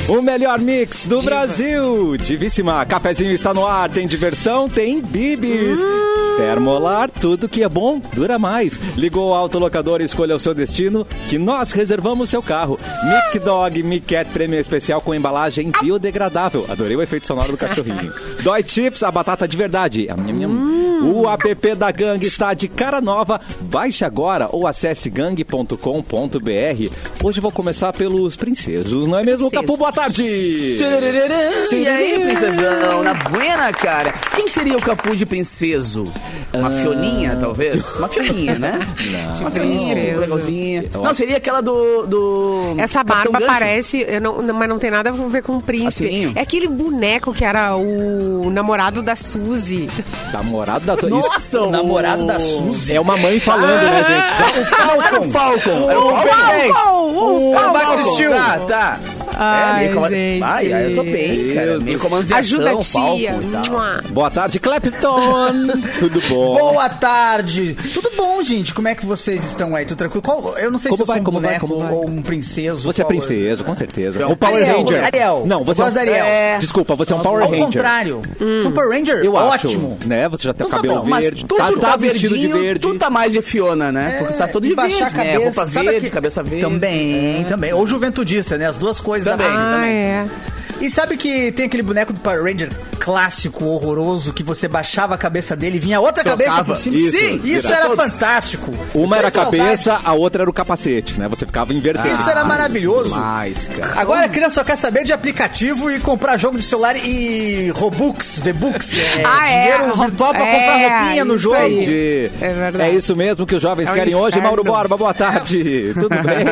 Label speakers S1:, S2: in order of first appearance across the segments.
S1: O melhor mix do Brasil. Divíssima. Cafezinho está no ar. Tem diversão, tem bibis. Termolar, tudo que é bom dura mais. Ligou o autolocador e escolha o seu destino, que nós reservamos seu carro. Mic Dog Mic Cat Prêmio Especial com embalagem biodegradável. Adorei o efeito sonoro do cachorrinho. Dói Chips, a batata de verdade. O app da Gang está de cara nova. Baixe agora ou acesse gang.com.br. Hoje vou começar pelos princesos, não é mesmo, Capu? Boa tarde!
S2: E aí, princesão? Na buena, cara. Quem seria o Capu de princeso? Uma Fioninha, talvez? Uma Fioninha, né?
S3: Não.
S2: Uma Fioninha, legalzinha. Não, seria aquela do
S3: Essa barba parece, mas não tem nada a ver com o príncipe.
S2: Assim?
S3: É aquele boneco que era o namorado da Suzy.
S1: Namorado da
S2: Nossa,
S4: o namorado da Suzy.
S1: É uma mãe falando, né, gente?
S2: Era o Falcon. Era
S4: O Max Steel.
S2: Tá.
S3: Ai, gente.
S2: Ai, eu tô bem, cara. Meio comando de
S3: Ajuda a
S2: ação,
S3: tia.
S2: Falcon e tal.
S1: Boa tarde, Clapton. Tudo bom?
S4: Boa tarde. Tudo bom, gente? Como é que vocês estão aí? Tudo tranquilo? Eu não sei se eu sou um boneco ou um princeso.
S1: Você é princeso, com certeza.
S4: O
S1: Power Ranger.
S4: Ariel.
S1: Não, você é
S4: da Ariel.
S1: Desculpa, você é um Power Ranger.
S4: Ao contrário. Super Ranger?
S1: Eu
S4: Ótimo.
S1: acho, né? Você já tem o
S4: Então tá
S1: cabelo
S4: bom, mas
S1: verde.
S2: Tudo
S1: Tá vestido de verde.
S2: Tu tá mais de Fiona, né? Porque tá todo de verde,
S4: baixar a
S2: né?
S4: cabeça.
S2: Roupa
S4: Sabe
S2: verde,
S4: que-
S2: cabeça verde.
S4: Também. Ou juventudista, né? As duas coisas
S2: Também.
S4: da
S3: Ah, é.
S4: E sabe que tem aquele boneco do Power Ranger clássico, horroroso, que você baixava a cabeça dele e vinha outra cabeça por cima?
S1: Isso,
S4: Sim, isso
S1: virava.
S4: era fantástico.
S1: Uma era a
S4: Tem saudade.
S1: cabeça, a outra era o capacete, né? Você ficava invertido.
S4: Isso era maravilhoso.
S2: Mais, cara.
S4: Agora a criança só quer saber de aplicativo e comprar jogo de celular e Robux, V-Bucks. Dinheiro virtual pra comprar roupinha no
S3: isso
S4: jogo.
S3: aí.
S1: Entendi.
S3: É verdade.
S1: É isso mesmo que os jovens
S3: É um
S1: querem hoje.
S3: inferno.
S1: Mauro Borba, boa tarde. Tudo bem?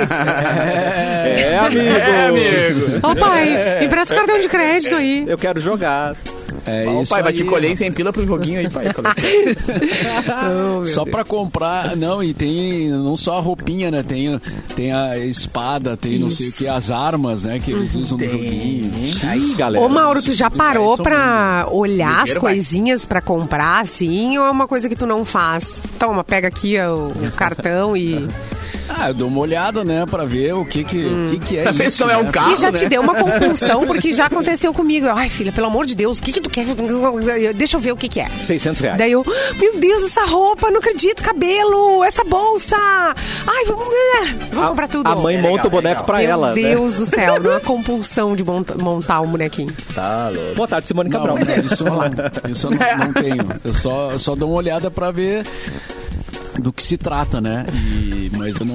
S1: Amigo.
S3: Ô, pai, empresta o cartão de crédito aí.
S1: Eu quero jogar.
S5: É
S2: Ó,
S5: isso
S2: pai, vai
S5: aí.
S2: te colher em 100 pila pro joguinho aí, pai.
S5: Só pra comprar, não, e tem não só a roupinha, né? Tem a espada, tem não sei o que, as armas, né? Que eles usam no joguinho.
S1: Aí, galera.
S3: Ô, Mauro, tu já parou pra olhar as
S2: Dinheiro vai.
S3: coisinhas pra comprar, assim? Ou é uma coisa que tu não faz? Toma, pega aqui o cartão e...
S5: Ah, eu dou uma olhada, né? Pra ver o que é
S2: Vê se
S5: isso,
S2: não é um
S5: né?
S2: carro.
S3: E já
S2: né?
S3: te deu uma compulsão, porque já aconteceu comigo. Ai, filha, pelo amor de Deus, o que tu quer? Deixa eu ver o que é.
S1: R$600.
S3: Daí eu, meu Deus, essa roupa, não acredito, cabelo, essa bolsa. Ai, vamos comprar tudo.
S1: A mãe monta o boneco pra
S3: Meu
S1: ela,
S3: Deus do céu, não é uma compulsão de montar um bonequinho.
S2: Tá louco.
S1: Boa tarde, Simone
S5: Não,
S1: Cabral.
S5: isso eu não tenho. Eu só dou uma olhada pra ver do que se trata, né? Mas eu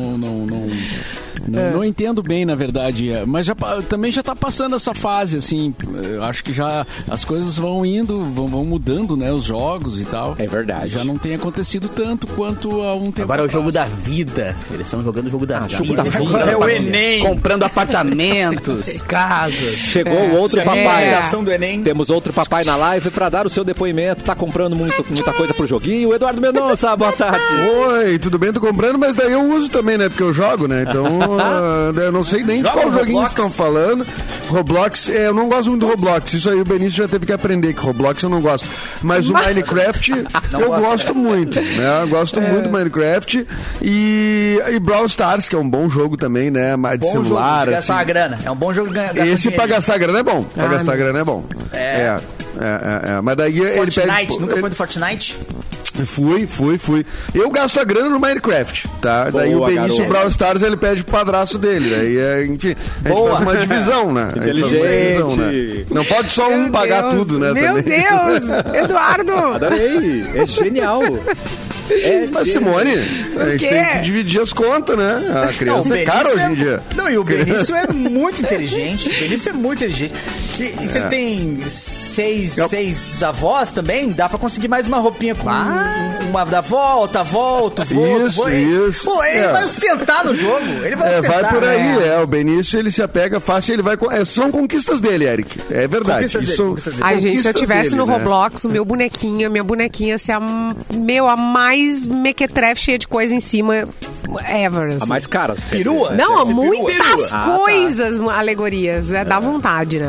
S5: não entendo bem, na verdade. Mas também já tá passando essa fase, assim. Eu acho que já as coisas vão indo, vão mudando, né? Os jogos e tal.
S1: É verdade.
S5: Já não tem acontecido tanto quanto há um tempo
S2: Agora é o jogo
S5: atrás.
S2: da vida. Eles estão jogando o jogo da vida.
S1: jogo da vida.
S2: Comprando
S4: É o Enem.
S2: Comprando apartamentos, casas.
S1: Chegou o outro papai.
S4: Redação do Enem.
S1: Temos outro papai na live pra dar o seu depoimento. Tá comprando muita coisa pro joguinho. O Eduardo Mendonça, boa tarde.
S6: Oi, tudo bem? Tô comprando, mas daí eu uso também, né? Porque eu jogo, né? Então, eu não sei nem de
S4: Joga
S6: qual
S4: o
S6: joguinho
S4: Roblox?
S6: estão falando. Roblox, eu não gosto muito do Roblox. Isso aí o Benício já teve que aprender, que Roblox eu não gosto. Mas o Minecraft eu gosto muito, né? Eu gosto muito do Minecraft. E Brawl Stars, que é um bom jogo também, né? Mais de
S4: Bom
S6: celular,
S4: jogo de gastar
S6: assim.
S4: uma grana. É um bom jogo de gastar
S6: Esse pra
S4: dinheiro.
S6: gastar grana é bom. Pra gastar grana é bom. É. Mas daí ele
S4: Fortnite,
S6: pede...
S4: nunca foi do Fortnite?
S6: Fui. Eu gasto a grana no Minecraft, tá? Daí o
S1: Boa,
S6: Benício
S1: garoto.
S6: Brawl Stars ele pede pro padraço dele. Daí, enfim, a gente
S4: Boa.
S6: faz uma divisão, né? A gente faz uma divisão, né? Não pode só um
S3: Meu
S6: pagar
S3: Deus,
S6: tudo, né?
S3: Meu
S6: também.
S3: Deus, Eduardo.
S1: Adorei. É genial.
S6: Mas, Simone, a gente
S3: quê?
S6: tem que dividir as contas, né? A criança é cara hoje em dia.
S4: Não, e o Benício é muito inteligente. O Benício é muito inteligente. E se ele tem seis avós também, dá pra conseguir mais uma roupinha com uma da avó, outra avó, outro vô.
S6: Isso.
S4: Pô, ele vai ostentar no jogo. Ele vai ostentar.
S6: Vai por aí,
S4: né?
S6: O Benício, ele se apega fácil, ele vai... São conquistas dele, Eric. É verdade.
S4: Conquistas dele.
S3: Ai, gente, se eu
S6: conquistas
S3: tivesse
S6: dele,
S3: no
S6: né?
S3: Roblox, o meu bonequinho, a minha bonequinha ia ser a mais mequetrefe, cheia de coisa em cima ever.
S1: A
S3: assim.
S1: mais cara.
S4: Perua?
S3: Não, há
S4: Você
S3: muitas
S4: perua?
S3: coisas, alegorias. Dá vontade, né?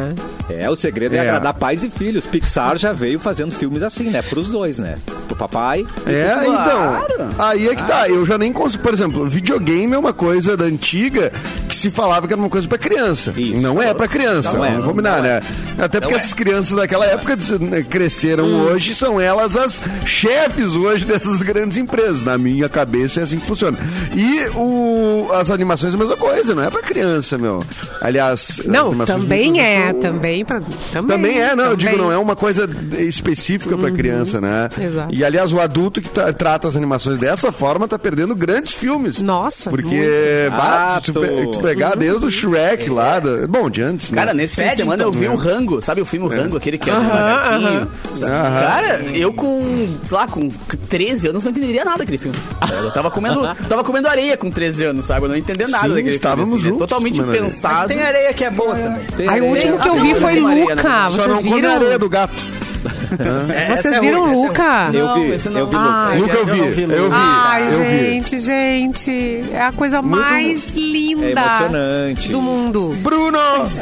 S1: O segredo é agradar pais e filhos. Pixar já veio fazendo filmes assim, né? Pros dois, né? Pro papai.
S6: Então, aí é que tá. Eu já nem consigo. Por exemplo, videogame é uma coisa da antiga que se falava que era uma coisa pra criança.
S1: Isso.
S6: Não é pra criança, vamos combinar, né? Até porque essas crianças daquela época cresceram hoje, são elas as chefes hoje dessas grandes empresas. Na minha cabeça é assim que funciona. E as animações é a mesma coisa, não é pra criança, meu. Aliás,
S3: Não, também é. Também é,
S6: não. Eu digo, não é uma coisa específica pra criança, né?
S3: Exato.
S6: E, aliás, o adulto que trata as animações dessa forma tá perdendo grandes filmes.
S3: Nossa,
S6: porque, se tu pegar desde o Shrek lá, bom, de antes, né?
S2: Cara, nesse fim de semana eu vi o Rango, sabe o filme O Rango, aquele que é um gatinho? Cara, eu com 13 anos não entenderia nada daquele filme. Eu tava comendo areia com 13 anos, sabe? Eu não entendia nada daquele
S6: estávamos
S2: filme.
S6: juntos,
S2: Totalmente pensado.
S4: Mas tem areia que é boa também.
S3: Aí o último que eu vi foi Luca.
S6: Só
S3: Vocês
S6: não come a
S3: viram?
S6: areia do gato.
S3: Vocês viram Luca?
S1: Eu vi Luca.
S6: Nunca eu vi.
S3: Ai, gente. É a coisa mais linda
S1: É emocionante.
S3: do mundo.
S6: Bruno!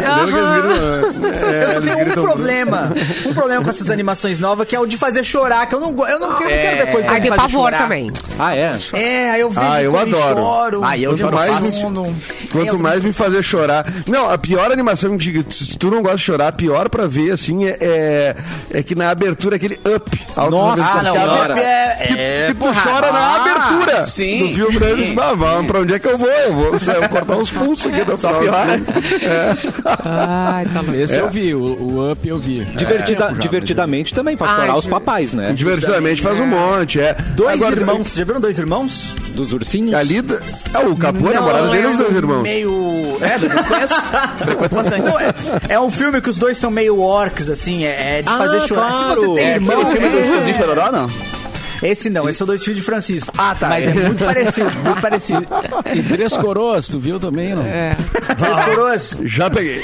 S4: Eu só tenho um problema com essas animações novas, que é o de fazer chorar, que eu não quero ver coisa
S3: Ai,
S4: de
S3: de
S4: fazer
S3: pavor
S4: chorar.
S3: também.
S4: Aí eu vejo
S6: eu
S4: quando
S6: adoro.
S4: choro.
S6: Quanto mais me fazer chorar. Não, a pior animação que se tu não gosta de chorar, a pior pra ver, assim, é que na abertura aquele up.
S1: Nossa,
S6: que tu chora na abertura
S2: sim.
S6: do filme. Eles, vamos pra onde é que eu vou? Eu vou cortar os pulsos aqui da
S2: Só pior.
S3: Ai, tá louco.
S5: Esse eu vi, o Up eu vi.
S1: Divertidamente também faz chorar os papais, né?
S6: Divertidamente faz um monte,
S4: Dois irmãos. Você já viram Dois Irmãos?
S1: Dos ursinhos.
S6: Ali, o Capô, a namorada dele, os dois irmãos.
S4: Meio...
S2: Eu conheço. Frequento bastante.
S4: Não, é um filme que os dois são meio orcs, assim, é de fazer chorar.
S1: Claro.
S4: Se você tem irmão...
S2: Aquele filme do Chitãozinho Chororó, não?
S4: Esse não, esse é o Dois Filhos de Francisco.
S2: Ah, tá.
S4: Mas é muito parecido.
S5: E Três Coroas, tu viu também, não?
S4: Três Coroas.
S6: Já peguei.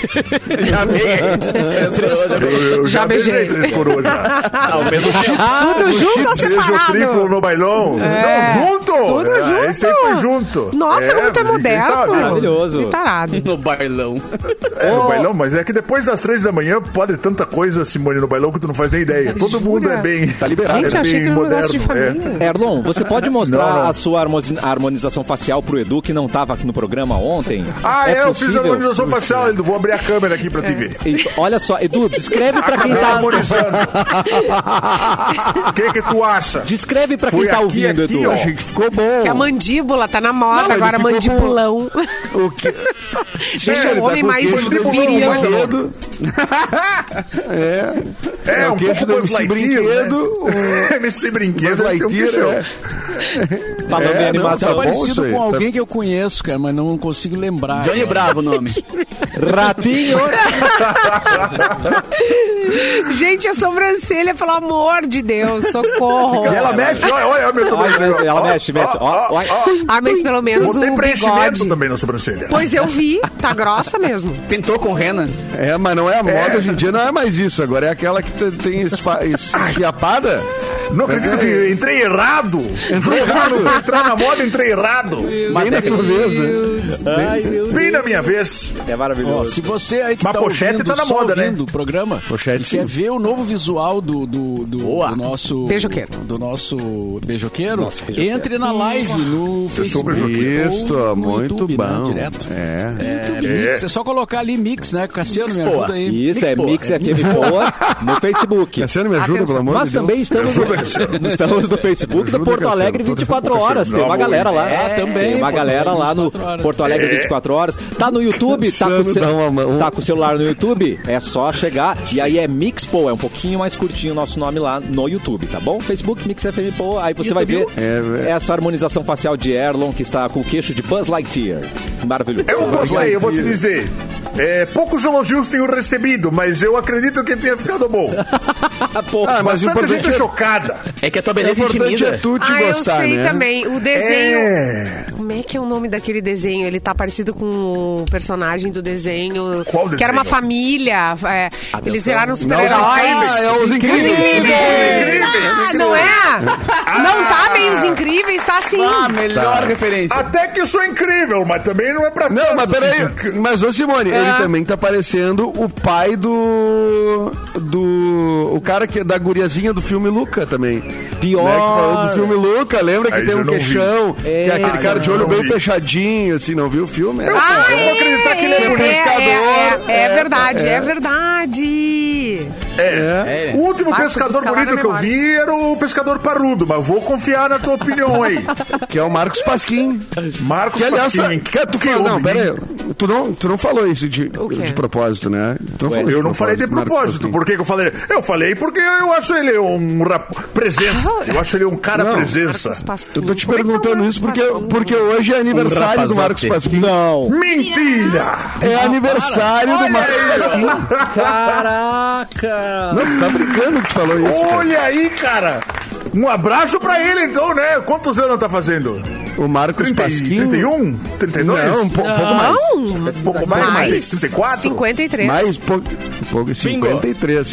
S3: Já beijei.
S7: Três Coroas já.
S3: Tudo junto ou
S7: Beijo triplo
S3: separado?
S7: no bailão. Não, junto.
S3: Tudo junto.
S7: Esse aí foi junto.
S3: Nossa, como tu é moderno.
S1: Maravilhoso.
S3: Que tarado.
S2: No bailão.
S7: No bailão, mas é que depois das 3 da manhã pode tanta coisa, Simone, no bailão que tu não faz nem ideia. Todo mundo é bem...
S6: Tá liberado.
S3: Gente, eu achei que era um negócio de família.
S1: Erlon, você pode mostrar
S7: Não.
S1: a sua harmonização facial pro Edu, que não tava aqui no programa ontem?
S7: Eu fiz a
S1: possível?
S7: harmonização facial, Edu. Vou abrir a câmera aqui pra te ver.
S1: Isso, olha só, Edu, descreve pra quem
S7: Acabei
S1: tá...
S7: harmonizando. O que tu acha?
S1: Descreve pra quem
S7: Foi
S1: tá
S7: aqui,
S1: ouvindo,
S7: aqui,
S1: Edu.
S7: ó.
S6: Achei que ficou bom.
S3: Que a mandíbula tá na moda
S6: Não, ele
S3: agora,
S6: ficou
S3: mandibulão.
S6: O que...
S3: Deixa o homem mais
S6: brinquedo.
S7: É
S6: o
S7: um
S6: queixo
S7: pouco
S6: do
S7: Buzz
S6: MC
S7: Lightyear,
S6: Brinquedo.
S7: MC Brinquedo.
S6: Buzz
S7: ele tem um
S6: Lightyear,
S7: queixão.
S1: Falando em animação.
S5: Tá
S6: bom
S5: parecido
S6: isso aí,
S5: com
S6: tá-
S5: alguém que eu conheço, cara, mas não consigo lembrar.
S2: Johnny Bravo o nome.
S1: Ratinho.
S3: Gente, a sobrancelha, pelo amor de Deus, socorro.
S7: E ela mexe, olha meu sobrancelha.
S1: Ela mexe. Ó.
S3: Ah, mas pelo menos
S7: Botei
S3: o
S7: preenchimento
S3: bigode.
S7: também na sobrancelha.
S3: Pois eu vi, tá grossa mesmo.
S2: Tentou com Renan.
S6: Mas não é a moda hoje em dia, não é mais isso. Agora é aquela que tem esfiapada.
S7: Não acredito que entrei errado.
S6: Entrou errado.
S7: Pra entrar na moda, entrei errado.
S6: Bem na tua vez, né?
S1: Ai, meu Deus.
S7: Bem na minha vez.
S1: É
S5: Ó,
S1: maravilhoso.
S5: se você aí que
S7: Mas
S5: tá
S7: pochete
S5: ouvindo,
S7: tá na
S5: só
S7: moda, né?
S5: ouvindo o programa
S6: Pochete,
S5: e
S6: sim.
S5: quer ver o novo visual do nosso
S3: Beijoqueiro.
S5: do nosso beijoqueiro,
S1: Nossa, beijoqueiro.
S5: entre na live no Facebook
S6: Isso,
S5: ou no
S6: muito
S5: YouTube,
S6: bom.
S5: né, direto.
S6: É.
S5: Mix, é só colocar ali Mix, né? Cassiano, me
S2: Boa.
S5: ajuda aí.
S1: Isso, é Mix FM Poa no Facebook.
S6: Cassiano, me ajuda, pelo amor
S1: Nós
S6: de Deus.
S1: também estamos no Facebook do
S6: Ajuda,
S1: Porto Alegre
S6: Cassiano.
S1: 24 horas. Tem uma galera lá.
S5: também,
S1: Tem uma
S5: Porto
S1: galera
S5: Alegre
S1: lá no
S5: 24 horas.
S1: Porto Alegre 24 horas. Tá no YouTube,
S6: Cassiano, dá uma mão.
S1: tá com o celular no YouTube, é só chegar. E aí é Mixpo, é um pouquinho mais curtinho o nosso nome lá no YouTube, tá bom? Facebook, Mix FM Poa. Aí você vai ver essa harmonização facial de Erlon, que está com o queixo de Buzz Lightyear. Maravilhoso.
S7: Eu gostei, eu vou te dizer. Poucos elogios tenho recebido, mas eu acredito que tenha ficado bom.
S1: Pô,
S6: Mas o
S7: Bastante
S6: importante
S7: gente chocada.
S2: É que a tua
S6: o
S2: beleza
S6: importante
S2: intimida.
S6: é tu te
S3: Eu
S6: gostar,
S3: sei
S6: né?
S3: também. O desenho. Como é que é o nome daquele desenho? Ele tá parecido com o personagem do desenho.
S7: Qual
S3: Que era uma
S7: desenho?
S3: família. Eles viraram
S6: Não,
S3: super-heróis.
S6: é os incríveis.
S3: Não é? Não tá meio os incríveis, tá sim.
S2: Ah, melhor referência.
S7: Até que eu sou incrível, mas também não é pra
S6: Não,
S7: tanto,
S6: mas peraí.
S7: assim.
S6: Mas, ô Simone, ele também tá parecendo o pai o cara da guriazinha do filme Luca também.
S1: Pior.
S6: Né, que tu falou do filme Luca, lembra que
S7: Aí
S6: tem
S7: eu
S6: um
S7: não
S6: queixão, que é aquele cara de olho
S7: não
S6: bem
S7: vi.
S6: fechadinho, assim, não viu o filme?
S7: Eu vou acreditar que ele é
S6: pescador.
S3: É verdade, é verdade.
S7: O último
S3: Vai,
S7: pescador
S3: buscar lá
S7: bonito
S3: na
S7: que eu
S3: memória.
S7: vi era o pescador parrudo, mas eu vou confiar na tua opinião aí.
S6: Que é o Marcos Pasquim.
S7: Marcos
S6: Que aliás,
S7: Pasquim.
S6: tu
S7: Que
S6: falou, não,
S7: homem,
S6: pera
S7: hein?
S6: aí, tu não falou isso de propósito, né? Tu falou isso
S7: Eu
S6: de
S7: não falei de
S6: Marcos
S7: propósito.
S6: Pasquim.
S7: Por que eu falei? Eu falei porque eu acho ele presença. Eu acho ele um cara
S6: Não.
S7: presença.
S3: Marcos Pasquim.
S6: Eu tô te
S3: Como é que é o
S6: perguntando
S3: Marcos
S6: isso
S3: Pasquim?
S6: porque hoje é aniversário do Marcos Pasquim.
S1: Não.
S7: Mentira!
S6: É aniversário do Marcos Pasquim.
S1: Caraca.
S6: Não, tu tá brincando que tu falou isso. cara.
S7: Olha aí, cara! Um abraço pra ele, então, né? Quantos anos tá fazendo?
S6: O Marcos Pasquim.
S7: 31? 32?
S6: Não, pouco mais.
S7: Um pouco mais? 34?
S3: 53.
S6: Mais pouco. 53.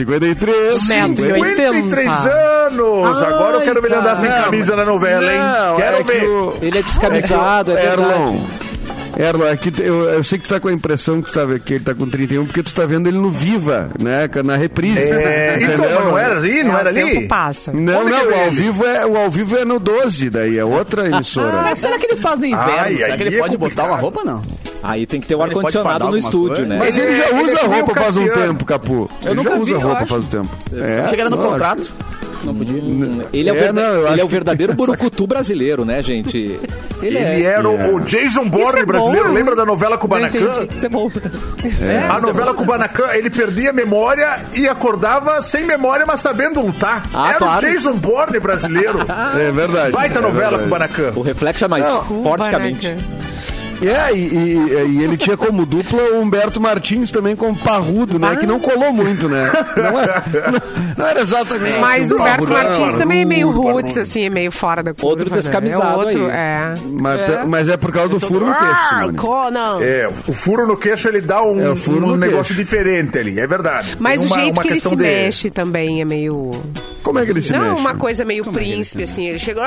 S7: 53 anos! Agora eu quero ver ele andar sem camisa na novela, hein?
S6: Não,
S7: Quero
S6: é que
S7: ver.
S1: Ele é descamisado, é verdade.
S6: Erlon, é que eu sei que tu tá com a impressão que ele tá com 31, porque tu tá vendo ele no Viva, né? Na reprise.
S7: Então, mas não era ali? Não era
S3: O tempo
S7: ali?
S3: passa.
S6: Não,
S7: Onde que
S6: o
S7: é
S6: ao
S7: ele?
S6: vivo é no 12, daí é outra emissora.
S2: Mas será que ele faz no inverno?
S7: Ai,
S2: será que
S7: aí
S2: ele
S7: é
S2: pode botar
S7: complicado.
S2: uma roupa, não?
S1: Aí tem que ter o
S2: Ele pode
S1: ar-condicionado
S2: fardar
S1: no
S2: alguma
S1: estúdio,
S2: coisa?
S1: né?
S6: Mas ele já
S7: Ele
S6: usa
S7: é meio
S6: roupa faz um
S7: Cassiano.
S6: tempo, Capu.
S2: Eu
S6: Ele
S2: nunca
S6: já
S2: vi,
S6: usa
S2: eu
S6: roupa
S2: acho.
S6: faz um tempo.
S2: Chega no
S6: não,
S2: contrato.
S1: Não podia. Ele é
S6: eu
S1: o
S6: acho
S1: verdadeiro burucutu brasileiro, né, gente?
S7: Ele era o Jason Bourne
S3: é bom,
S7: brasileiro.
S3: né?
S7: Lembra da novela Kubanacan?
S3: entendi.
S1: Isso é bom.
S7: A novela Kubanacan, ele perdia a memória e acordava sem memória, mas sabendo lutar.
S1: Ah,
S7: Era
S1: claro.
S7: o Jason Bourne brasileiro.
S6: É verdade.
S7: Baita
S6: é
S7: novela
S6: verdade.
S7: Kubanacan.
S1: O reflexo é mais fortemente.
S6: E ele tinha como dupla o Humberto Martins também como parrudo, né? Que não colou muito, né? Não era exatamente.
S3: Mas
S6: um
S3: o Humberto
S6: parrudo.
S3: Martins também é meio roots,
S7: parrudo.
S3: assim, é meio fora da curva.
S1: Outro descamisado
S3: né? É outro,
S1: aí.
S3: é.
S6: Mas é por causa do furo no queixo, Simone.
S3: Conan.
S7: É, o furo no queixo ele dá
S6: É, o furo no
S7: negócio
S6: queixo.
S7: diferente ali, é verdade.
S3: Mas
S7: Tem
S3: o jeito
S7: uma
S3: que ele
S7: questão
S3: se
S7: de-
S3: mexe também é meio...
S6: Como é que ele se
S3: Não,
S6: mexe?
S3: uma coisa meio príncipe, assim. Ele chega...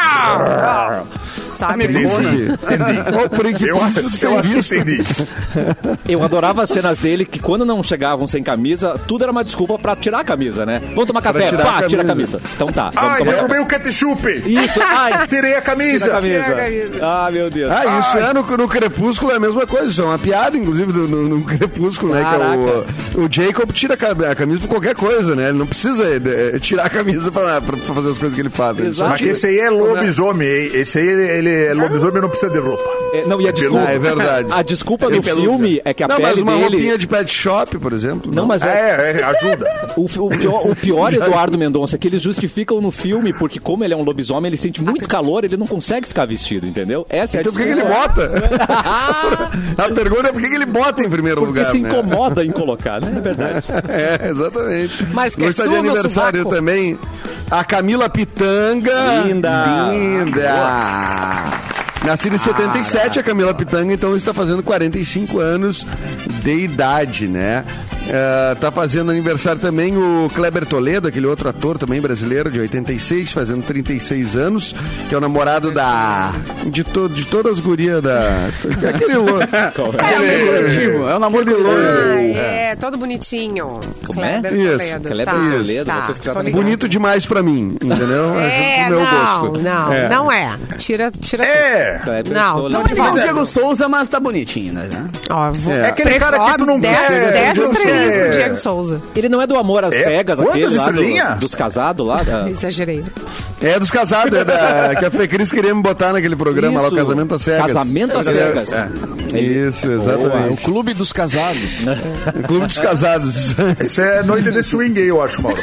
S3: Sabe?
S7: Entendi, entendi.
S6: Ó, por que
S7: Eu acho
S6: isso tu tem
S7: que
S6: visto?
S7: entendi.
S1: Eu adorava as cenas dele que quando não chegavam sem camisa, tudo era uma desculpa pra tirar a camisa, né? Vamos tomar café?
S6: tirar
S1: Pá,
S6: a
S1: tira a
S6: camisa.
S1: camisa. Então tá, vamos
S7: Ai,
S1: tomar
S7: eu
S1: café.
S7: tomei o ketchup.
S1: Isso, ai,
S7: Tirei a camisa.
S1: tira a
S3: Tira a
S1: camisa.
S3: camisa.
S1: Ah, meu Deus.
S6: Ah, isso é no Crepúsculo, é a mesma coisa. Isso é uma piada, inclusive, no Crepúsculo, né? Que é o Jacob tira a camisa por qualquer coisa, né? Ele não precisa tirar a camisa pra fazer as coisas que ele faz. Ele só
S7: Mas que
S6: tira.
S7: esse aí é lobisomem, hein? Esse aí, ele é lobisomem e não precisa de roupa.
S1: É, não, e a desculpa,
S6: Ah, é verdade.
S1: a desculpa do filme é que a
S6: Não, mas
S1: pele
S6: uma
S1: dele...
S6: roupinha de pet shop, por exemplo.
S1: Não, mas é...
S7: Ajuda.
S1: O pior Eduardo Mendonça é que eles justificam no filme, porque como ele é um lobisomem, ele sente muito calor, ele não consegue ficar vestido, entendeu? Essa é a
S6: Então por que ele
S1: desculpa.
S6: bota? A pergunta é por que ele bota em primeiro
S1: Porque
S6: lugar,
S1: se
S6: né?
S1: incomoda em colocar, né? É verdade.
S6: É, exatamente.
S3: Mas que
S6: hoje tá de
S3: sua no
S6: aniversário
S3: sovaco.
S6: também a Camila Pitanga.
S1: Linda.
S6: Linda. Nascida em 77, a Camila Pitanga, então está fazendo 45 anos de idade, né? Tá fazendo aniversário também o Kleber Toledo, aquele outro ator também brasileiro, de 86, fazendo 36 anos, que é o namorado de todas as gurias da... Aquele louco.
S2: É o namoro
S6: Aquele louco.
S3: Todo bonitinho.
S1: Como é?
S3: Kleber
S6: Isso.
S3: Toledo.
S1: Kleber
S3: Tá,
S1: Toledo,
S3: tá,
S1: vou pesquisar
S3: tô
S1: também.
S3: ligada.
S6: Bonito demais pra mim, entendeu?
S3: É,
S6: Junto com o meu
S3: não,
S6: gosto.
S3: não é. Tira tudo.
S7: É.
S1: Kleber
S3: Não,
S1: Toledo.
S3: então
S2: Não é igual o Diego Souza, mas tá bonitinho, né?
S3: Ó, vou...
S6: É
S7: aquele cara que tu não quer.
S3: 10
S7: Não
S3: estrelinhas
S7: quer.
S3: pro Diego Souza.
S1: Ele não é do Amor às Cegas,
S7: Quantas
S1: aquele lá
S7: estrelinhas?
S1: dos casados lá?
S3: Exagerei.
S6: É dos casados, que a Fê Cris queria me botar naquele programa lá, o Casamento às Cegas.
S1: Casamento às Cegas.
S6: Isso,
S5: É o
S6: exatamente.
S5: Clube dos Casados.
S6: O Clube dos Casados.
S7: Isso é noite de swing, eu acho, Mauro.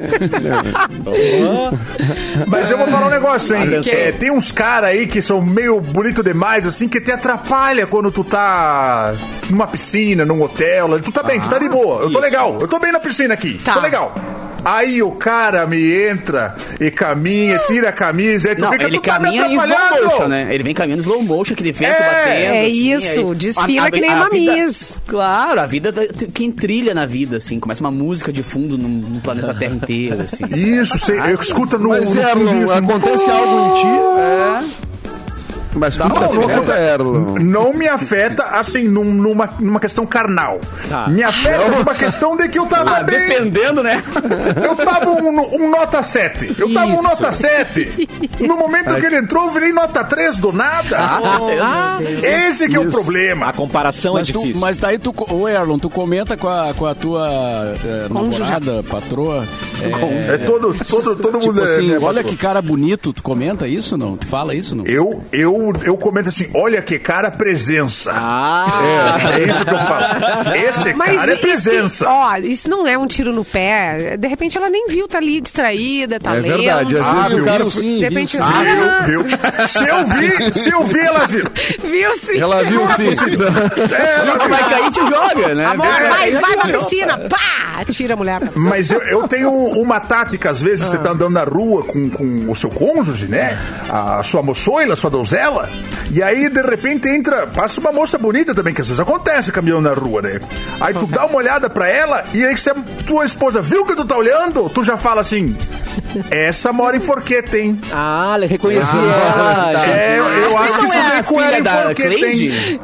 S7: Mas eu vou falar um negócio, hein? Tem uns caras aí que são meio bonito demais, assim, que te atrapalha quando tu tá numa piscina, num hotel. Tu tá bem, tu tá de boa. Eu tô legal. Eu tô bem na piscina aqui.
S3: Tá.
S7: Tô legal. Aí o cara me entra e caminha, tira a camisa, aí tu
S2: Não,
S7: fica,
S2: ele
S7: tu tá me
S2: caminha em slow
S7: atrapalhando.
S2: motion, né? Ele vem caminhando em slow motion, aquele vento
S7: É,
S2: batendo.
S3: é
S2: assim,
S3: isso,
S2: aí-
S3: desfila que nem
S2: a
S3: uma
S2: vida-
S3: Miss.
S2: Claro, a vida quem trilha na vida, assim, começa uma música de fundo no planeta Terra inteiro, assim.
S7: Isso, você escuta no
S6: Mas,
S7: fundinho,
S6: Erlon,
S7: assim,
S6: acontece algo em ti? Mas tu afeta, Erlon.
S7: Não me afeta, assim, numa questão carnal. Me afeta numa questão de que eu tava bem...
S2: Dependendo, né?
S7: Eu tava um nota 7. Eu tava um nota 7. No momento que ele entrou, eu virei nota 3 do nada. Esse que é o problema.
S1: A comparação é difícil.
S5: Mas daí ô Erlon, tu comenta com a tua namorada, patroa.
S7: Todo
S5: Tipo
S7: mundo
S5: assim,
S7: é
S5: olha
S7: patroa.
S5: que cara bonito, tu comenta isso não? Tu fala isso não?
S7: Eu comento assim, olha que cara presença. É isso que eu falo. Esse cara é presença.
S3: Isso não é um tiro no pé. De repente ela nem viu, tá ali distraída, tá lendo.
S6: É verdade, às vezes o cara...
S3: De repente
S7: viu. Se eu vi, ela viu.
S3: Viu sim.
S6: Ela viu sim.
S2: Vai cair e te joga, né?
S3: Amor, vai pra piscina. Pá! Tira a mulher pra piscina.
S7: Mas eu tenho uma tática, às vezes, você tá andando na rua com o seu cônjuge, né? A sua moçoila, a sua donzela. E aí, de repente, passa uma moça bonita também, que às vezes acontece caminhando na rua, né? Aí tu dá uma olhada pra ela, e aí se a tua esposa viu que tu tá olhando, tu já fala assim, essa mora em Forqueta, hein?
S1: Ele reconhecia ela.
S7: Eu acho que estudei com ela em Forqueta, hein?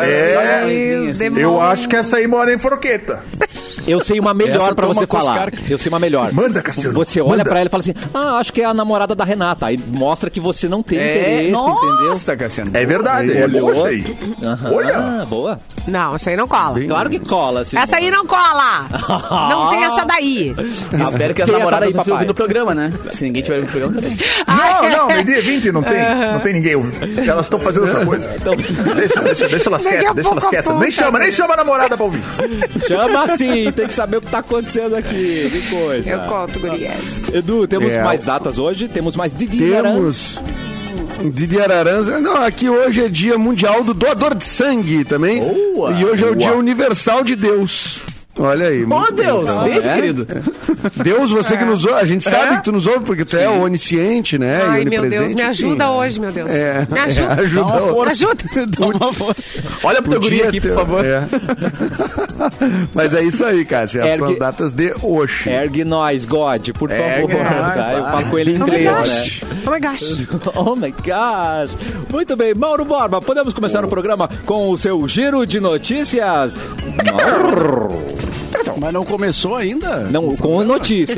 S7: Eu acho que essa aí mora em Forqueta.
S1: Eu sei uma melhor
S5: Essa
S1: pra você
S5: toma
S1: falar. Eu sei uma melhor.
S7: Manda, Cassiano.
S1: Você olha
S7: manda.
S1: pra ela e fala assim, acho que é a namorada da Renata. Aí mostra que você não tem interesse, entendeu?
S2: Nossa, Cassiano.
S7: É verdade. Olha aí. Olha.
S1: Boa.
S3: Não, essa aí não cola.
S1: Claro que cola.
S3: Essa aí não cola. Não tem essa daí.
S2: Espero que as
S1: Tem essa
S2: namoradas
S1: daí,
S2: não
S1: papai.
S2: ouvindo o programa, né? Se ninguém tiver ouvindo o programa, também.
S7: Não, meio-dia 20 não tem ninguém. Elas estão fazendo outra coisa. Deixa elas quietas. Nem chama a namorada pra ouvir.
S1: Chama sim, tem que saber o que tá acontecendo aqui. Que coisa.
S3: Eu conto, gurias.
S1: Edu, temos mais datas hoje? Temos mais Didi
S6: Temos Didi Araranza. Não, aqui hoje é dia mundial do doador de sangue também.
S2: Boa.
S6: E hoje é o dia universal de Deus. Olha aí.
S2: Oh, Deus! Beijo, querido.
S6: Deus, você que nos ouve, a gente sabe que tu nos ouve porque tu é onisciente, né?
S3: Ai,
S6: e
S3: meu Deus, me ajuda
S6: enfim.
S3: hoje, meu Deus. Me ajuda.
S6: Ajuda.
S3: Me ajuda.
S5: Dá uma força.
S2: Olha pro teu guri aqui, por favor.
S6: Mas é isso aí, Cássia. Essas são as datas de hoje.
S1: Ergue nós, God, por favor.
S2: Ergue,
S1: Eu falo com ele em
S3: Oh my
S1: inglês,
S3: gosh.
S1: né?
S3: Oh my gosh.
S1: Oh my gosh. Muito bem, Mauro Borba, podemos começar o programa com o seu giro de notícias?
S5: Mas não começou ainda?
S1: Não, com notícia.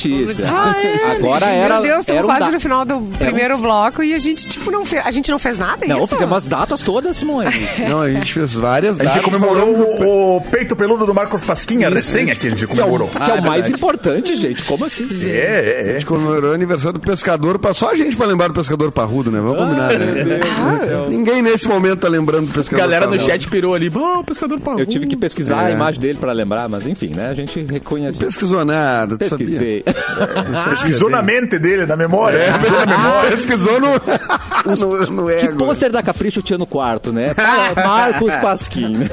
S1: Agora era...
S3: Meu Deus, estamos
S1: era
S3: quase
S1: da-
S3: no final do primeiro bloco e a gente, não fez. A gente não fez nada, é
S1: Não,
S3: isso?
S1: fizemos as datas todas, Simone.
S6: Não, a gente fez várias
S7: A
S6: datas.
S7: gente comemorou o peito peludo do Marcos Pasquinha, recém aqui a gente comemorou.
S1: Que é o mais importante, gente. Como assim?
S6: A gente comemorou o aniversário do pescador. Só a gente pra lembrar do pescador parrudo, né? Vamos combinar, né? Ninguém nesse momento tá lembrando do
S2: A
S6: pescador
S2: galera no
S6: parrudo.
S2: chat pirou ali. O pescador parrudo.
S1: Eu tive que pesquisar a imagem dele pra lembrar, mas enfim, né? A gente reconheceu.
S6: Pesquisou nada, tu sabia?
S1: Pesquisei.
S7: Pesquisou na mente dele, na memória. Pesquisou na memória.
S6: Pesquisou no
S1: Que
S6: ego.
S1: pôster da Capricho tinha no quarto, né? Marcos Pasquim.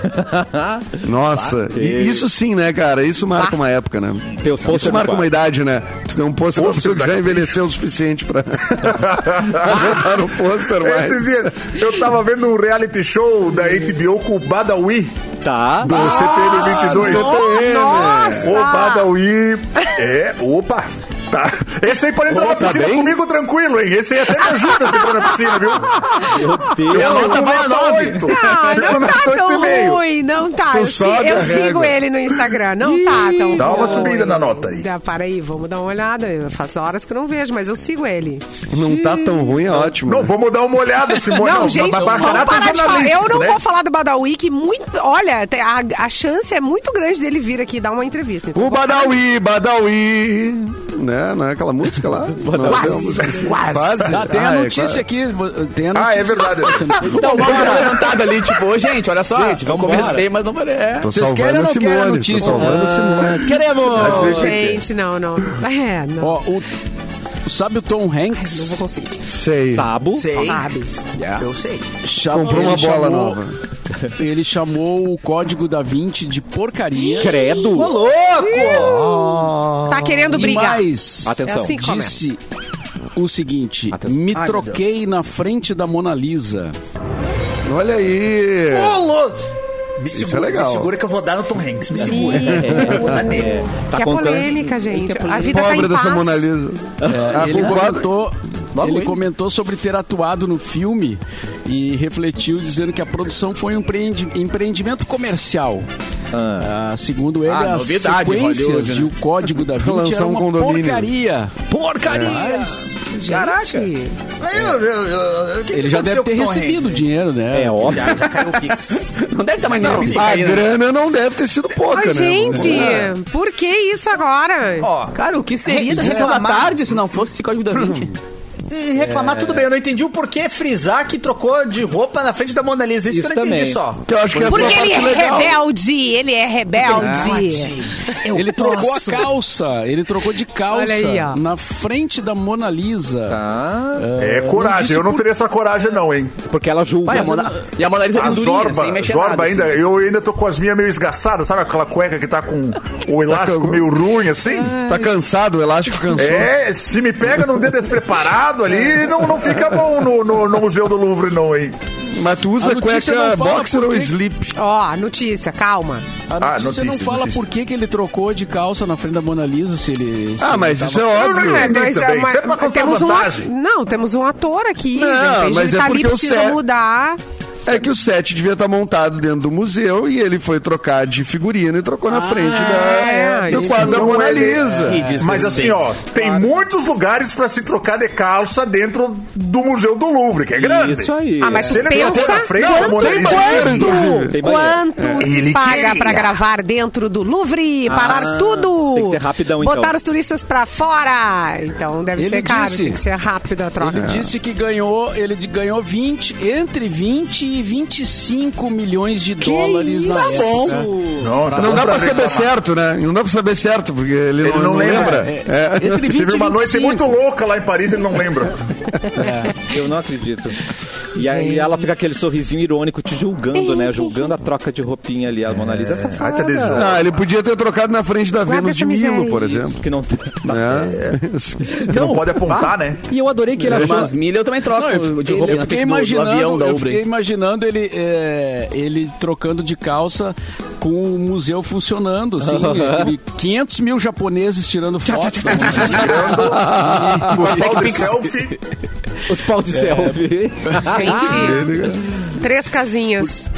S6: Nossa, e isso sim, né, cara? Isso marca uma época, né?
S1: Teu pôster
S6: Isso
S1: no
S6: marca
S1: quarto.
S6: uma idade, né? Tu tem um pôster da pessoa que já envelheceu o suficiente pra botar no pôster mais.
S7: Esses dias, eu tava vendo um reality show da HBO com o Badawi,
S1: Tá.
S7: do CPM 22.
S3: Nossa!
S7: O Badawi. Opa! Tá. Esse aí pode entrar na piscina
S6: bem?
S7: comigo tranquilo, hein? Esse aí até me ajuda se entrar na piscina, viu?
S1: Meu Deus.
S7: Eu
S2: nota vai a 9.
S7: 8.
S3: Não tá tão ruim, não tá.
S6: Tu
S3: Eu,
S6: sobe
S3: eu
S6: a
S3: sigo
S6: régua.
S3: ele no Instagram, não tá tão
S7: Dá uma
S3: ruim.
S7: subida na nota aí.
S3: Para aí, vamos dar uma olhada. Faz horas que eu não vejo, mas eu sigo ele.
S6: Não tá tão ruim, é ótimo.
S7: Não, vamos dar uma olhada, Simone.
S3: Não, gente,
S7: mas
S3: vamos
S7: Renata
S3: parar de falar.
S7: jornalístico,
S3: Eu não
S7: né?
S3: vou falar do Badawi, que muito... Olha, a chance é muito grande dele vir aqui dar uma entrevista. Então
S6: O Badawi, né? Não é aquela música lá?
S3: Quase.
S5: Tem a notícia aqui. Tem a notícia.
S7: É verdade.
S2: Então, logo levantado ali, tipo, ô, gente, olha só.
S1: Gente,
S2: eu
S1: vambora.
S2: comecei, mas não falei.
S6: Tô
S5: Vocês querem
S6: salvando
S5: ou
S6: a
S5: não querem a
S6: Simone. Tô
S5: notícia?
S6: salvando a Simone.
S1: Queremos!
S3: Gente, não. Não.
S5: Ó, sabe o Tom
S3: Não
S5: Hanks?
S3: vou conseguir.
S6: Sei.
S1: Sabo.
S4: Sei.
S3: Sabe?
S4: Eu sei.
S6: Comprou uma bola nova.
S5: Ele chamou o Código da Vinci de porcaria.
S1: Credo.
S3: Tá querendo
S5: E
S3: brigar.
S5: mais,
S1: Atenção.
S3: É assim que começa.
S5: disse o seguinte:
S1: Atenção.
S5: me
S4: Ai,
S5: troquei na frente da Mona Lisa.
S6: Olha aí.
S4: Ô, louco! Me
S6: Isso
S4: segura,
S6: é legal.
S4: me segura que eu vou dar no Tom Hanks. Me segura. Vou dar nele.
S1: Tá
S3: Que é
S1: contando.
S3: polêmica, gente. A vida tá
S6: Pobre
S3: em
S6: dessa
S3: paz.
S6: Mona Lisa.
S5: Ele
S6: culpada-
S5: comentou Ele comentou sobre ter atuado no filme e refletiu dizendo que a produção foi um empreendimento comercial. Segundo ele, as sequências de O Código da Vinci era uma porcaria.
S3: Caraca.
S5: Ele já deve ter recebido dinheiro, né?
S1: É óbvio.
S4: Já caiu o Pix.
S2: Não deve estar mais nem
S6: A grana não deve ter sido pouca, né?
S3: Gente, por que isso agora?
S4: Ó,
S2: Cara, o que seria da Sessão da Tarde se não fosse esse Código da Vinci?
S4: e reclamar, tudo bem. Eu não entendi o porquê frisar que trocou de roupa na frente da Mona Lisa. Isso que eu não entendi
S1: também.
S4: só.
S6: Que eu acho que essa é
S3: Porque
S6: uma
S3: ele
S6: parte
S3: é
S6: legal.
S3: rebelde, ele é rebelde.
S5: Ele trocou a calça, ele trocou de calça
S3: Olha aí, ó.
S5: na frente da Mona Lisa.
S7: É coragem, eu não teria essa coragem não, hein?
S1: Porque ela julga.
S2: Pai, e a Mona Lisa
S7: A
S2: é durinha, sem mexer
S7: Zorba
S2: nada,
S7: ainda,
S2: assim.
S7: eu ainda tô com as minhas meio esgaçadas, sabe aquela cueca que tá com o elástico meio ruim, assim?
S6: Tá cansado, o elástico cansou.
S7: É, se me pega num dedo despreparado ali, não fica bom no Museu do Louvre não, hein?
S6: Mas tu usa
S5: A notícia
S6: cueca
S5: não fala
S6: boxer
S5: por
S6: ou
S5: quê.
S6: slip?
S3: Ó, notícia, calma.
S5: A notícia não fala
S7: notícia.
S5: por que ele trocou de calça na frente da Mona Lisa, se ele...
S6: Ah, mas isso é
S7: Eu
S6: óbvio.
S7: não entendi
S3: Mas
S7: também. Isso é pra contar
S3: temos
S7: vantagem.
S3: Não, temos um ator aqui.
S6: Não,
S3: de repente
S6: mas
S3: ele
S6: é
S3: tá ali,
S6: porque o
S3: precisa
S6: set-
S3: mudar.
S6: É que o set devia estar montado dentro do museu e ele foi trocar de figurino e trocou na frente do
S3: isso
S6: quadro da
S7: não
S6: Mona
S7: é-
S6: Lisa.
S7: Mas assim, ó, tem muitos lugares pra se trocar de calça dentro do Museu do Louvre, que é grande.
S1: Isso aí.
S3: Ah, mas
S7: Se
S3: tu
S7: ele botou
S3: pensa
S7: na frente da Mona
S6: tem
S7: Lisa,
S6: banheiro, inclusive.
S1: Tem banheiro.
S3: quanto se
S7: Ele
S3: paga
S7: queria.
S3: pra gravar dentro do Louvre, parar tudo.
S1: tem que ser rapidão, então.
S3: Botar os turistas pra fora. Então deve
S5: Ele
S3: ser caro,
S5: disse-
S3: tem que ser rápido a troca.
S5: Ele disse que ele ganhou entre 20 e 25 milhões de dólares na época.
S7: Não, tá
S6: Não
S7: bom
S6: dá pra saber
S7: reclamar.
S6: certo, né? Não dá pra saber certo, porque ele
S7: Ele não lembra.
S5: Entre 20
S7: Teve uma
S5: e
S7: noite
S5: 25.
S7: muito louca lá em Paris, ele não lembra.
S1: Eu não acredito. E aí ela fica aquele sorrisinho irônico te julgando, né? Julgando a troca de roupinha ali. A Mona Lisa é
S7: Ai, tá
S1: safada.
S7: desonra.
S6: Ah, ele podia ter trocado na frente da
S3: Guarda
S6: Vênus de
S3: essa miséria
S6: Milo,
S3: aí.
S6: por exemplo.
S1: Que não...
S7: Não pode apontar, né?
S1: E eu adorei que ele achou...
S2: Umas milhas eu também troco de roupa
S5: Eu
S2: na
S5: fiquei
S2: frente do avião da
S5: eu
S2: Uber.
S5: fiquei imaginando ele trocando de calça com o museu funcionando, assim, aquele 500 mil japoneses tirando foto.
S7: Os pau de selfie.
S1: Os pau de selfie.
S3: Gente, 3 casinhas.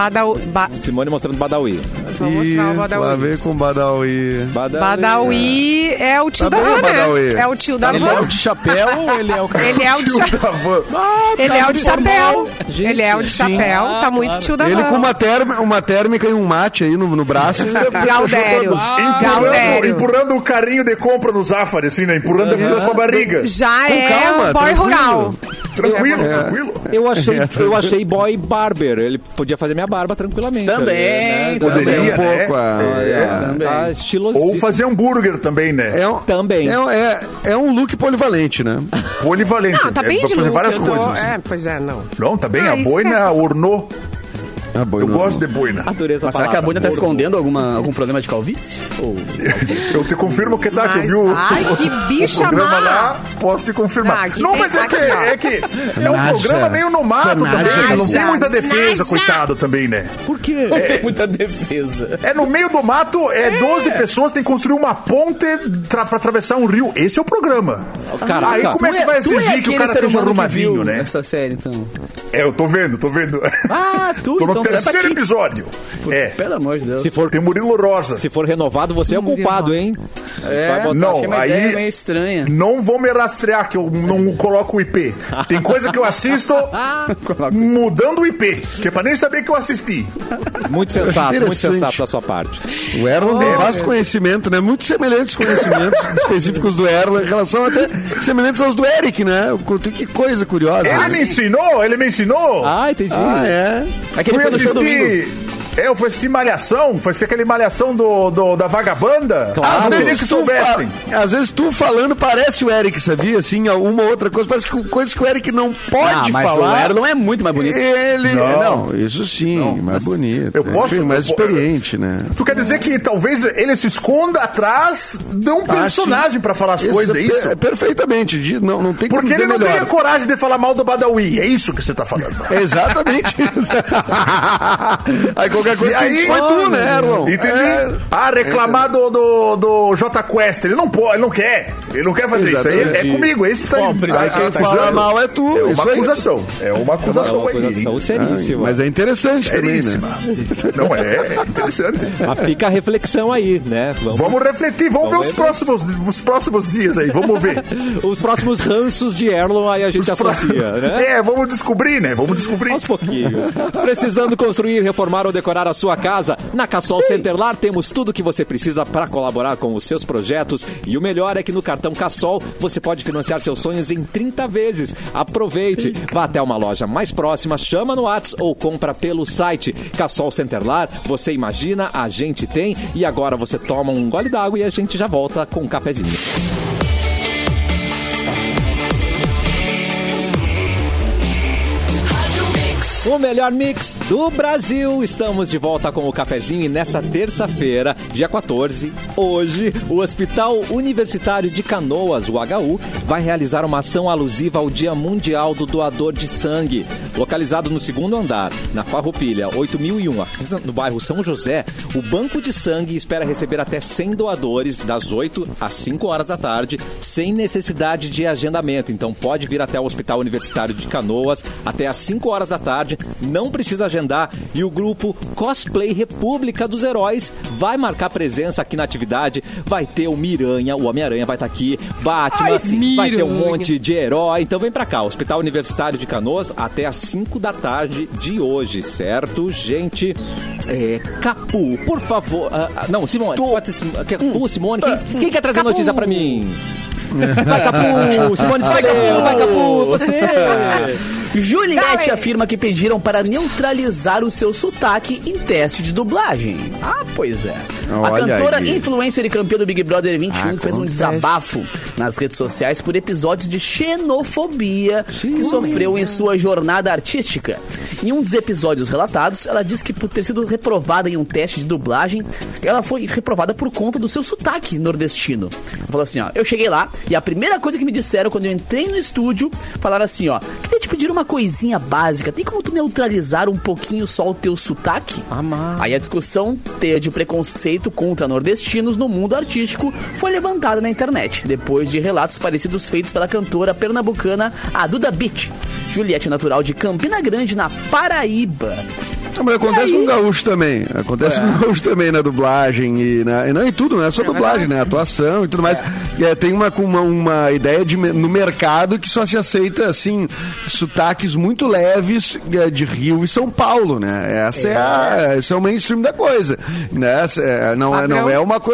S1: Simone mostrando Badawi.
S3: Vou mostrar o
S6: Lá
S3: Badawi.
S6: vem com o Badawi.
S3: Badawi é o tio
S6: Tá
S3: da
S6: bem,
S3: van,
S6: Badawi.
S3: né? É o tio da
S5: Ele é o
S3: van.
S5: de chapéu ou ele é o cara?
S3: Ele é o de chapéu.
S7: Da van.
S3: Ele é o de chapéu.
S1: Gente,
S3: Ele é o de chapéu. Tá muito tio da
S6: Ele
S3: van.
S6: com uma térmica e um mate aí no braço.
S3: Gaudério. Gaudério.
S7: Empurrando o carrinho de compra no Zafari, assim, né? Empurrando a comida com a barriga.
S3: Já
S6: Com
S3: é
S6: calma,
S3: um boy
S6: tranquilo.
S3: rural.
S7: Tranquilo, tranquilo.
S1: Eu achei boy barber. Ele podia fazer minha barba tranquilamente.
S2: Também,
S1: ali, né?
S7: Poderia,
S6: Um
S7: né?
S6: pouco.
S1: Tá estilosíssimo.
S7: Ou fazer hambúrguer também, né?
S1: Também.
S6: É um look polivalente, né?
S7: Polivalente.
S3: Não, tá bem
S7: pra
S3: de
S7: fazer
S3: look.
S7: várias
S3: eu tô-
S7: coisas.
S3: É, pois é, não.
S7: Não, tá bem.
S3: Ah,
S7: A
S3: isso
S7: boina
S3: é-
S7: ornou.
S6: Ah,
S7: Eu gosto de boina.
S1: Adorei essa
S2: Mas será que a
S1: palavra.
S2: boina tá escondendo algum problema de calvície? Ou...
S7: Eu te confirmo que tá, que eu
S3: Mas,
S7: vi o
S3: ai, que bicha
S7: programa
S3: má.
S7: lá, posso te confirmar.
S3: Ah, aqui
S7: Não,
S3: tem-
S7: mas
S3: aqui, ó.
S7: é que é um
S6: Naja.
S7: programa meio no mato
S6: Naja.
S7: também. Não tem
S3: Naja.
S7: muita defesa,
S3: Naja.
S7: coitado também, né?
S1: Por quê?
S2: Não tem muita defesa.
S7: É no meio do mato, 12 pessoas têm que construir uma ponte pra atravessar um rio. Esse é o programa.
S1: Caraca.
S7: Aí como é que vai exigir que o cara esteja arrumadinho, né?
S2: Essa série, então.
S7: É, eu tô vendo.
S2: Ah, tu,
S7: Tô no
S2: então tu leva
S7: terceiro
S2: aqui.
S7: episódio. É.
S2: Pelo amor de Deus.
S1: Se for,
S7: Tem Murilo Rosa.
S1: se for renovado, você é o culpado, hein? Vai botar-
S7: Não,
S2: achei uma
S7: aí-
S2: ideia meio estranha.
S7: Não vou me rastrear, que eu não coloco o IP. Tem coisa que eu assisto mudando o IP, que é pra nem saber que eu assisti.
S1: Muito sensato, muito
S6: Interessante.
S1: sensato da sua parte.
S6: O Erlon tem vasto conhecimento, né? Muito semelhantes conhecimentos específicos do Erlon, em relação até semelhantes aos do Eric, né? Que coisa curiosa.
S7: Ele me ensinou.
S1: Ah, entendi.
S6: Ah, é.
S2: Aquele foi no show domingo.
S7: Eu fui assistir Malhação, foi assistir aquele Malhação da Vagabanda.
S6: Às
S7: queria
S6: vezes,
S7: que soubessem.
S6: às vezes tu falando parece o Eric, sabia? Assim, uma outra coisa. Parece que coisas que o Eric não pode
S2: Mas
S6: falar.
S2: o Erlon é muito mais bonito.
S6: Ele.
S7: Não.
S6: Não, isso sim, mais bonito.
S7: eu posso-
S6: mais
S7: eu po-
S6: experiente, né?
S7: Tu quer dizer que talvez ele se esconda atrás de um personagem pra falar as coisas, é isso?
S6: Perfeitamente. Não tem como
S7: Porque
S6: dizer
S7: ele não
S6: melhor.
S7: tem a coragem de falar mal do Badawi. É isso que você tá falando.
S6: É exatamente isso. Aí qualquer coisa
S7: E
S6: que
S7: aí-
S6: foi tu, né, Erlon?
S7: Entendi.
S6: É.
S7: Reclamar do J Quest. Ele não pode, ele não quer. Ele não quer fazer isso. Aí é comigo, é isso que tá
S6: Aí quem fala mal é tu.
S7: É uma
S6: isso aí.
S7: acusação. É uma acusação aí.
S1: Coisa seríssima.
S6: Mas é interessante também, né?
S7: Seríssima. Não, é interessante.
S1: Mas fica a reflexão aí, né?
S7: Vamos refletir, vamos ver os próximos dias aí, vamos ver.
S1: Os próximos ranços de Erlon, aí a gente associa, né?
S7: Vamos descobrir, né? Vamos descobrir.
S1: Aos pouquinhos. Precisando construir, reformar ou decorar a sua casa? Na Cassol Centerlar temos tudo que você precisa para colaborar com os seus projetos. E o melhor é que no cartão Cassol você pode financiar seus sonhos em 30 vezes. Aproveite. Vá até uma loja mais próxima, chama no WhatsApp ou compra pelo site. Cassol Centerlar, você imagina, a gente tem. E agora você toma um gole d'água e a gente já volta com um cafezinho. O melhor mix do Brasil. Estamos de volta com o cafezinho e nessa terça-feira, dia 14, hoje, o Hospital Universitário de Canoas, o HU, vai realizar uma ação alusiva ao Dia Mundial do Doador de Sangue. Localizado no segundo andar, na Farroupilha 8001, no bairro São José, o Banco de Sangue espera receber até 100 doadores das 8 às 5 horas da tarde, sem necessidade de agendamento. Então pode vir até o Hospital Universitário de Canoas até às 5 horas da tarde. Não precisa agendar e o grupo Cosplay República dos Heróis vai marcar presença aqui na atividade. Vai ter o Miranha, o Homem-Aranha vai estar aqui, Batman, vai ter um monte de herói. Então vem pra cá, Hospital Universitário de Canoas até às 5 da tarde de hoje, certo, gente? Capu, por favor. Não, Simone, pode ser Capu, Simone. Quem quer trazer notícia pra mim? Vai, Capu! Simone escolheu! Vai, Capu! Você!
S2: Juliette afirma que pediram para neutralizar o seu sotaque em teste de dublagem. Ah, pois é.
S6: Olha
S2: a cantora,
S6: aí.
S2: Influencer e campeã do Big Brother 21 fez um desabafo nas redes sociais por episódios de xenofobia que sofreu em sua jornada artística. Em um dos episódios relatados, ela disse que por ter sido reprovada em um teste de dublagem, ela foi reprovada por conta do seu sotaque nordestino. Falou assim, ó, eu cheguei lá e a primeira coisa que me disseram quando eu entrei no estúdio, falaram assim, ó, queria te pedir uma coisinha básica, tem como tu neutralizar um pouquinho só o teu sotaque? Aí a discussão de preconceito contra nordestinos no mundo artístico foi levantada na internet, depois de relatos parecidos feitos pela cantora pernambucana a Duda Beat. Juliette, natural de Campina Grande, na Paraíba.
S6: Mas acontece com o gaúcho também. Acontece com o gaúcho também na dublagem e não em tudo, não é só dublagem, né? Atuação e tudo mais. Tem uma ideia no mercado que só se aceita, assim, sotaques muito leves de Rio e São Paulo, né? Esse é o mainstream da coisa, né? Não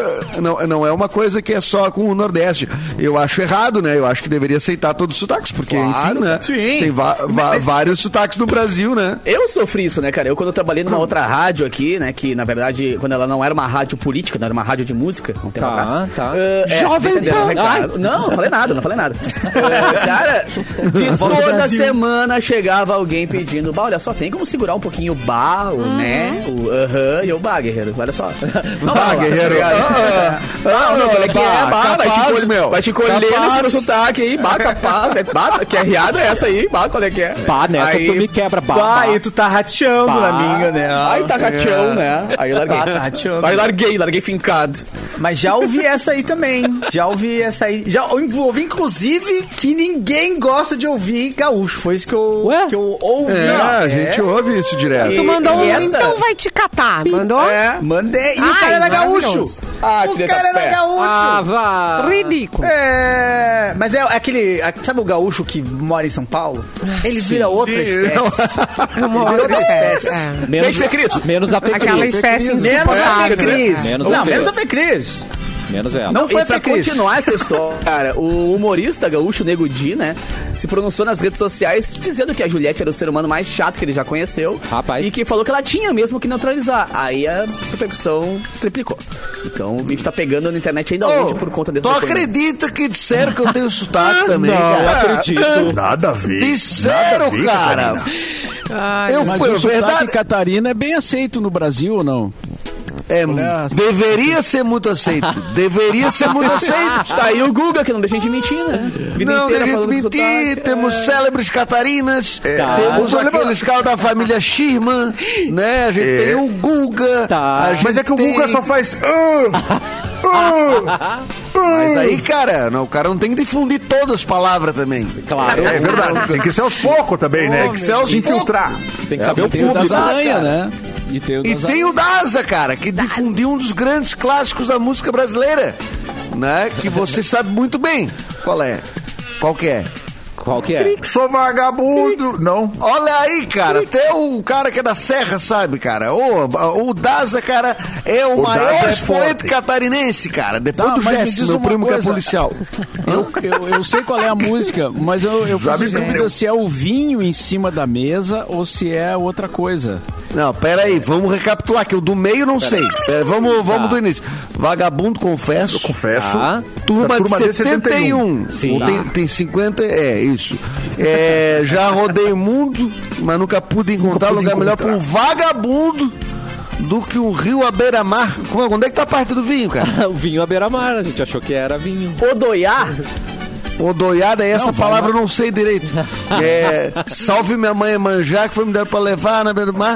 S6: é uma coisa que é só com o Nordeste. Eu acho errado, né? Eu acho que deveria aceitar todos os sotaques, porque, enfim, né?
S2: Sim.
S6: Tem vários sotaques no Brasil, né?
S2: Eu sofri isso, né, cara? Quando eu trabalhei numa outra rádio aqui, né? Que, na verdade, quando ela não era uma rádio política, não era uma rádio de música. Não tem
S6: Jovem Pan!
S2: Não falei nada. Cara, toda semana chegava alguém pedindo, olha só, tem como segurar um pouquinho o né? E eu, guerreiro, olha só. Não,
S6: guerreiro.
S2: Qual é que é? Vai te colher nesse sotaque aí, capaz. Que arriada é essa aí? Qual é que é?
S1: Nessa tu me quebra,
S4: Aí tu tá rateando na minha, né?
S2: Aí tá rateando, né? Aí eu larguei.
S4: Tá rateando.
S2: Aí larguei fincado.
S4: Mas já ouvi essa aí também. Já ouvi, inclusive, que ninguém gosta de ouvir gaúcho. Foi isso que eu ouvi.
S6: A gente ouve isso direto.
S3: Tu mandou então vai te catar. Mandou?
S4: Mandei. E o cara era gaúcho. O cara era gaúcho.
S1: Vá.
S3: Ridículo.
S4: Mas é aquele... Sabe o gaúcho que mora em São Paulo? Ele vira outra espécie. Ele vira outra espécie.
S1: Menos a Fecris.
S3: Aquela espécie
S4: Menos a Fecris.
S1: Menos a
S4: Fecris.
S1: Menos ela.
S2: Não foi pra continuar essa história, cara. O humorista gaúcho Nego Di, né, se pronunciou nas redes sociais dizendo que a Juliette era o ser humano mais chato que ele já conheceu.
S1: Rapaz.
S2: E que falou que ela tinha mesmo que neutralizar. Aí a repercussão triplicou. Então o bicho tá pegando na internet ainda hoje por conta desse.
S6: Tu acredita que disseram que eu tenho sotaque também, cara?
S1: Não acredito.
S7: Nada a ver.
S6: Disseram, cara.
S5: Mas o sotaque Catarina é bem aceito no Brasil ou não?
S6: Deveria ser muito aceito.
S2: Tá aí o Guga, que não deixa a gente mentir, né?
S6: Não deixa a gente mentir. Temos célebres Catarinas. Temos aqueles caras da família Schirman, né? A gente tem o Guga.
S7: Mas é que o Guga só faz...
S6: Mas aí, cara, o cara não tem que difundir todas as palavras também.
S1: Claro.
S7: É verdade. Tem que ser aos poucos também, né? Tem que ser aos infiltrar.
S1: Tem que saber o
S5: Tem o
S1: público.
S5: das aranhas, né? E tem
S6: o Daza, cara, que difundiu um dos grandes clássicos da música brasileira, né? Que você sabe muito bem qual é. Qual que é?
S1: Qual que é?
S7: Sou vagabundo. Não.
S6: Olha aí, cara, até o cara que é da Serra sabe, cara. O Daza, cara, é o maior
S7: Daza é
S6: expoente
S7: forte.
S6: catarinense, cara. Depois
S5: Tá,
S6: do
S5: mas me
S6: Jesse,
S5: diz
S6: meu
S5: uma
S6: primo que é
S5: coisa.
S6: policial.
S5: Eu sei qual é a música, mas eu
S7: Já
S5: fico
S7: me
S5: em dúvida
S7: perdeu.
S5: se é o vinho em cima da mesa ou se é outra coisa.
S6: Não, pera aí, vamos recapitular, que o do meio não sei. Vamos do início. Vagabundo, confesso.
S7: Confesso.
S1: Tá.
S6: Turma de
S7: de
S6: 71.
S1: Sim.
S6: Ou tem 50, isso. Já rodei o mundo, mas nunca pude encontrar lugar melhor para um vagabundo do que um rio à beira-mar. Onde é que tá a parte do vinho, cara?
S1: O vinho à beira-mar, a gente achou que era vinho.
S2: Odoiá?
S6: Odoiada, essa palavra eu não sei direito. Salve minha mãe Manjá, que foi me dar pra levar na beira-mar.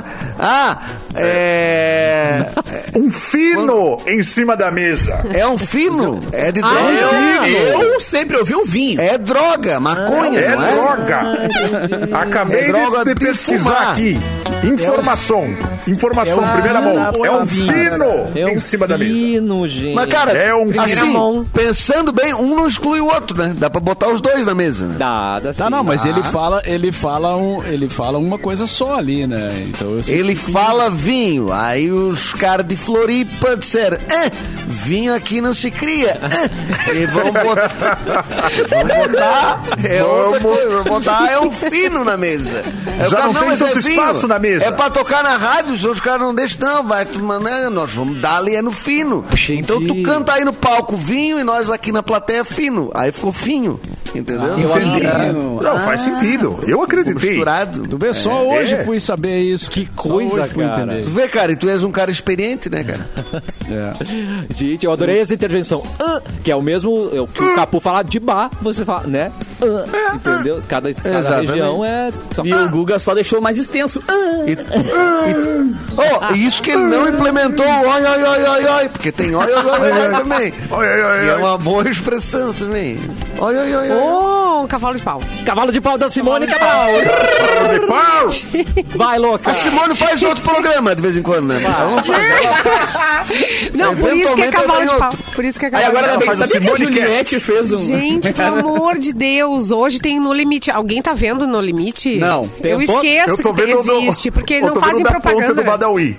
S7: Um fino em cima da mesa.
S6: É um fino? É de droga?
S2: Eu sempre ouvi um vinho.
S6: É droga, maconha,
S7: É
S6: não é?
S7: droga. Acabei
S6: É droga
S7: de
S6: de
S7: pesquisar
S6: fumar.
S7: aqui. Informação, primeira mão. É um fino em cima da mesa.
S1: Fino, gente.
S6: Mas, cara,
S7: É um
S6: assim,
S3: mão.
S6: pensando bem, um não exclui o outro, né? Dá pra botar os dois na mesa, né?
S1: Dá
S5: Tá,
S1: sim.
S5: não, mas ele fala uma coisa só ali, né? Então eu sei
S6: Ele
S5: que-
S6: fala vinho, aí os caras de Floripa disseram, vinho aqui não se cria. E vão botar outra coisa, vão botar um fino na mesa. Aí o
S7: Já
S6: cara,
S7: não tem
S6: mas
S7: tanto
S6: vinho,
S7: espaço na mesa.
S6: É pra tocar na rádio, os outros caras não deixam, não, vai, nós vamos dar ali, é no fino.
S1: Gente.
S6: Então tu canta aí no palco vinho e nós aqui na plateia fino. Aí ficou finho, entendeu?
S7: Não, faz sentido. Eu acreditei.
S6: Misturado.
S5: Tu vê, só hoje fui saber isso. Que
S1: coisa, cara.
S6: Tu vê, cara, e tu és um cara experiente, né, cara?
S1: Gente, eu adorei essa intervenção. Que é o mesmo que o Capu fala de bar, você fala, né? Entendeu? Cada
S6: Exatamente.
S1: região é.
S2: E o Guga só deixou mais extenso.
S6: Isso que ele não implementou o oi, oi, oi, oi, oi, porque tem oi, oi, oi, oi também. E é uma boa expressão também. Oi, oi, oi, oi.
S3: Ô, cavalo de pau.
S1: Cavalo de pau da Simone Cabral.
S7: De pau!
S1: Vai, louca.
S6: A Simone faz outro programa de vez em quando, né? Ela não faz.
S3: Não, por isso que é
S6: Eventualmente
S3: cavalo
S6: ela
S3: de
S6: tem
S3: pau.
S6: outro.
S3: Por isso que é
S2: Aí
S3: cavalo
S2: agora
S3: de pau.
S2: ela
S7: faz
S2: sabia
S7: a
S2: que a
S7: Simone
S2: Juliette fez um...
S3: Gente, pelo amor de Deus, hoje tem No Limite. Alguém tá vendo No Limite?
S2: Não.
S3: Eu esqueço que existe, porque não fazem
S7: da ponta do
S3: propaganda.
S7: Badawi.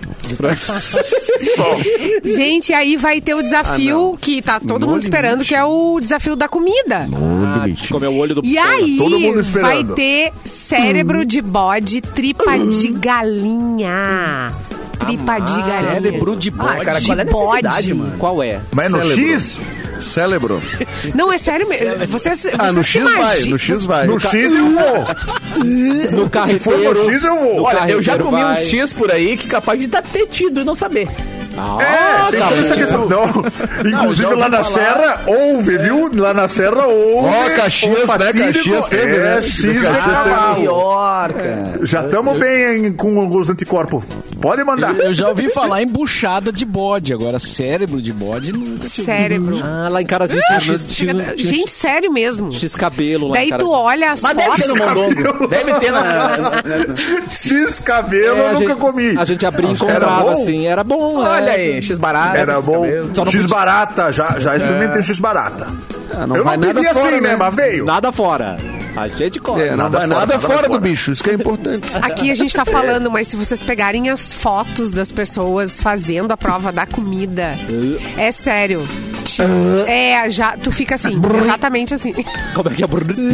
S3: Gente, aí vai ter o desafio que tá todo mundo esperando, que é o desafio da comida.
S1: Comer o olho do
S3: E aí
S7: todo mundo esperando.
S3: vai ter cérebro de bode, tripa de galinha. Tripa de galinha.
S5: Cérebro de bode.
S2: Cara, qual é a necessidade, mano?
S1: Qual é?
S7: Mas no X?
S6: Cérebro.
S3: Não, é sério mesmo. Vocês
S6: No
S3: se
S6: X vai,
S3: imaginam-
S6: no X vai.
S7: No X eu vou.
S1: No
S7: Se
S1: carreteiro.
S7: for no X eu vou.
S2: Olha, eu já
S1: carreteiro
S2: comi
S1: vai.
S2: uns X por aí que capaz de ter tido e não saber.
S7: Tem toda essa questão. Não, inclusive lá na Serra houve, viu? Lá na Serra houve.
S6: Ó, Caxias, né? Caxias teve, né?
S7: X de cavalo.
S2: Pior, cara.
S7: Já estamos bem com os anticorpos. Pode mandar.
S5: Eu já ouvi falar em buchada de bode, agora cérebro de bode nunca tive.
S3: Cérebro.
S1: Ah, lá em Carazinho tinha
S3: Gente, sério mesmo.
S1: X cabelo lá
S3: Daí
S1: em
S3: tu
S1: Carazinho.
S3: olha as
S2: Mas deve ter no
S3: fotos.
S2: mondongo. Deve ter na...
S7: X cabelo
S1: É,
S7: eu nunca comi.
S1: A gente abria e
S7: Era
S1: encontrava
S7: bom?
S1: assim, era bom.
S2: Olha aí, X barato.
S7: Era bom.
S1: Só não
S7: X
S1: podia-
S7: barata, já experimentei X barata.
S6: Não
S7: Eu
S6: vai
S7: não
S6: nada
S7: pedi
S6: fora,
S7: assim, né? Mas veio.
S1: Nada fora. A gente come.
S6: Não
S7: Nada
S6: vai
S7: fora,
S6: nada
S7: nada
S6: fora do
S7: fora.
S6: bicho, isso que é importante.
S3: Aqui a gente tá falando, mas se vocês pegarem as fotos das pessoas fazendo a prova da comida, é sério. Já, tu fica assim, exatamente assim.
S1: Como é que é?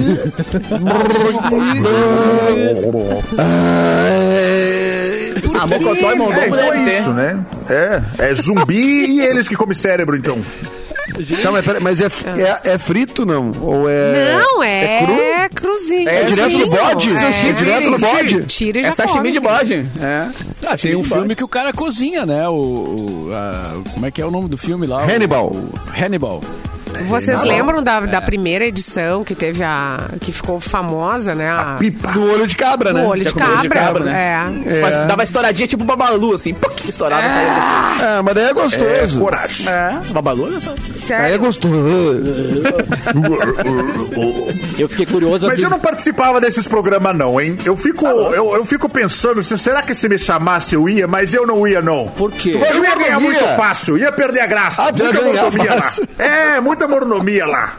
S2: Ah, Mocotó e Mondongo
S7: Então
S2: deve
S7: é
S2: ter.
S7: isso, né? É zumbi e eles que comem cérebro, então.
S6: Tá, mas, pera, mas é frito, não? Ou é...
S3: Não,
S6: cru?
S3: é cruzinho.
S2: É
S6: direto no bode?
S3: É
S6: Direto no bode?
S3: Tira e já
S2: É sashimi
S3: come.
S2: de bode. É. Ah,
S5: Tem um filme que o cara cozinha, né? Como é que é o nome do filme lá?
S6: Hannibal.
S5: Hannibal.
S3: Vocês lembram da primeira edição que teve que ficou famosa, né?
S6: Do olho de cabra, né?
S3: Do olho de cabra, né?
S2: Mas dava estouradinha tipo Babalu, assim. Puc, estourava e saía.
S6: Mas daí é gostoso.
S7: Coragem.
S2: Babalu é gostoso.
S3: Sério?
S6: Aí é gostoso.
S1: Eu fiquei curioso.
S7: Mas eu não participava desses programas, não, hein? Eu fico pensando, assim, será que se me chamasse eu ia? Mas eu não ia, não.
S1: Por quê?
S7: Eu ia ganhar muito fácil, ia perder a graça.
S6: Tu ia
S7: Muita
S6: ganhar
S7: mordomia lá.
S6: fácil.
S7: Muita mordomia lá.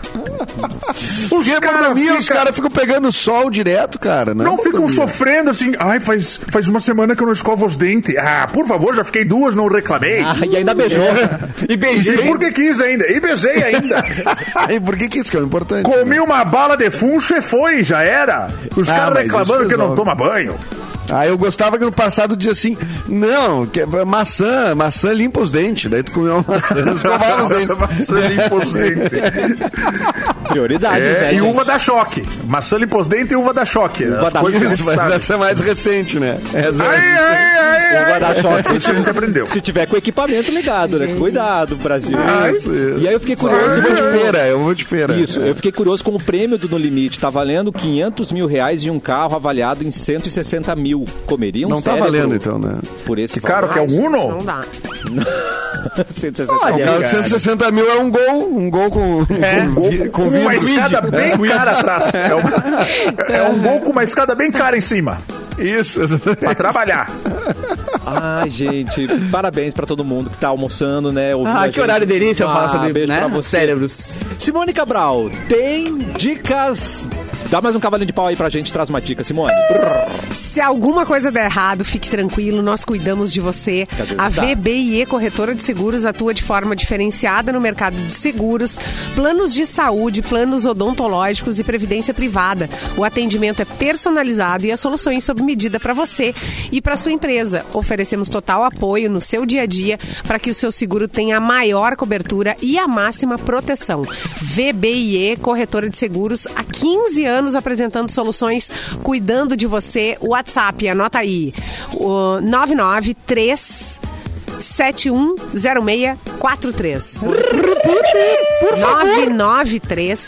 S6: Os caras ficam pegando sol direto, cara.
S7: Não ficam sofrendo assim. Ai, faz uma semana que eu não escovo os dentes. Por favor, já fiquei 2, não reclamei.
S1: E ainda beijou.
S7: E beijei. E porque quis ainda. E beijei ainda.
S6: E por que isso que é o importante?
S7: Comi uma bala de funcho e foi, já era. Os caras reclamando que não toma banho.
S6: Eu gostava que no passado dizia assim, não, que maçã limpa os dentes. Daí tu comia uma maçã, não escovava os dentes.
S7: Maçã limpa os dentes.
S1: Prioridade, velho.
S7: E uva dá choque. Maçã limpa os dentes e uva dá choque.
S6: Isso, mas essa é mais recente, né?
S1: Uva dá choque.
S7: Isso a gente aprendeu.
S1: Se tiver com equipamento ligado, né? Cuidado, Brasil.
S6: Isso.
S1: E aí eu fiquei curioso.
S6: Eu vou de feira.
S1: Isso, eu fiquei curioso com o prêmio do No Limite. Tá valendo R$500 mil e um carro avaliado em 160 mil. Comeriam
S6: não tá valendo, então, né?
S1: Por esse
S7: caro que é um Uno?
S3: Não dá.
S1: 160
S6: Olha,
S1: mil.
S6: O carro de 160 mil é um gol com
S7: uma escada bem cara atrás. É um gol com uma escada bem cara em cima.
S6: Isso,
S7: pra trabalhar.
S1: Ai, gente, parabéns pra todo mundo que tá almoçando, né?
S2: Que horário delícia eu faço ali,
S1: beijo
S2: né?
S1: pra você.
S2: Cérebros.
S1: Simone Cabral, tem dicas? Dá mais um cavalinho de pau aí pra gente, traz uma dica, Simone.
S3: Se alguma coisa der errado, fique tranquilo, nós cuidamos de você. A VBIE Corretora de Seguros atua de forma diferenciada no mercado de seguros, planos de saúde, planos odontológicos e previdência privada. O atendimento é personalizado e as soluções sob medida para você e para sua empresa. Oferecemos total apoio no seu dia a dia para que o seu seguro tenha a maior cobertura e a máxima proteção. VBIE Corretora de Seguros, há 15 anos apresentando soluções, cuidando de você. WhatsApp, anota aí, o 993 710643. Por favor. 993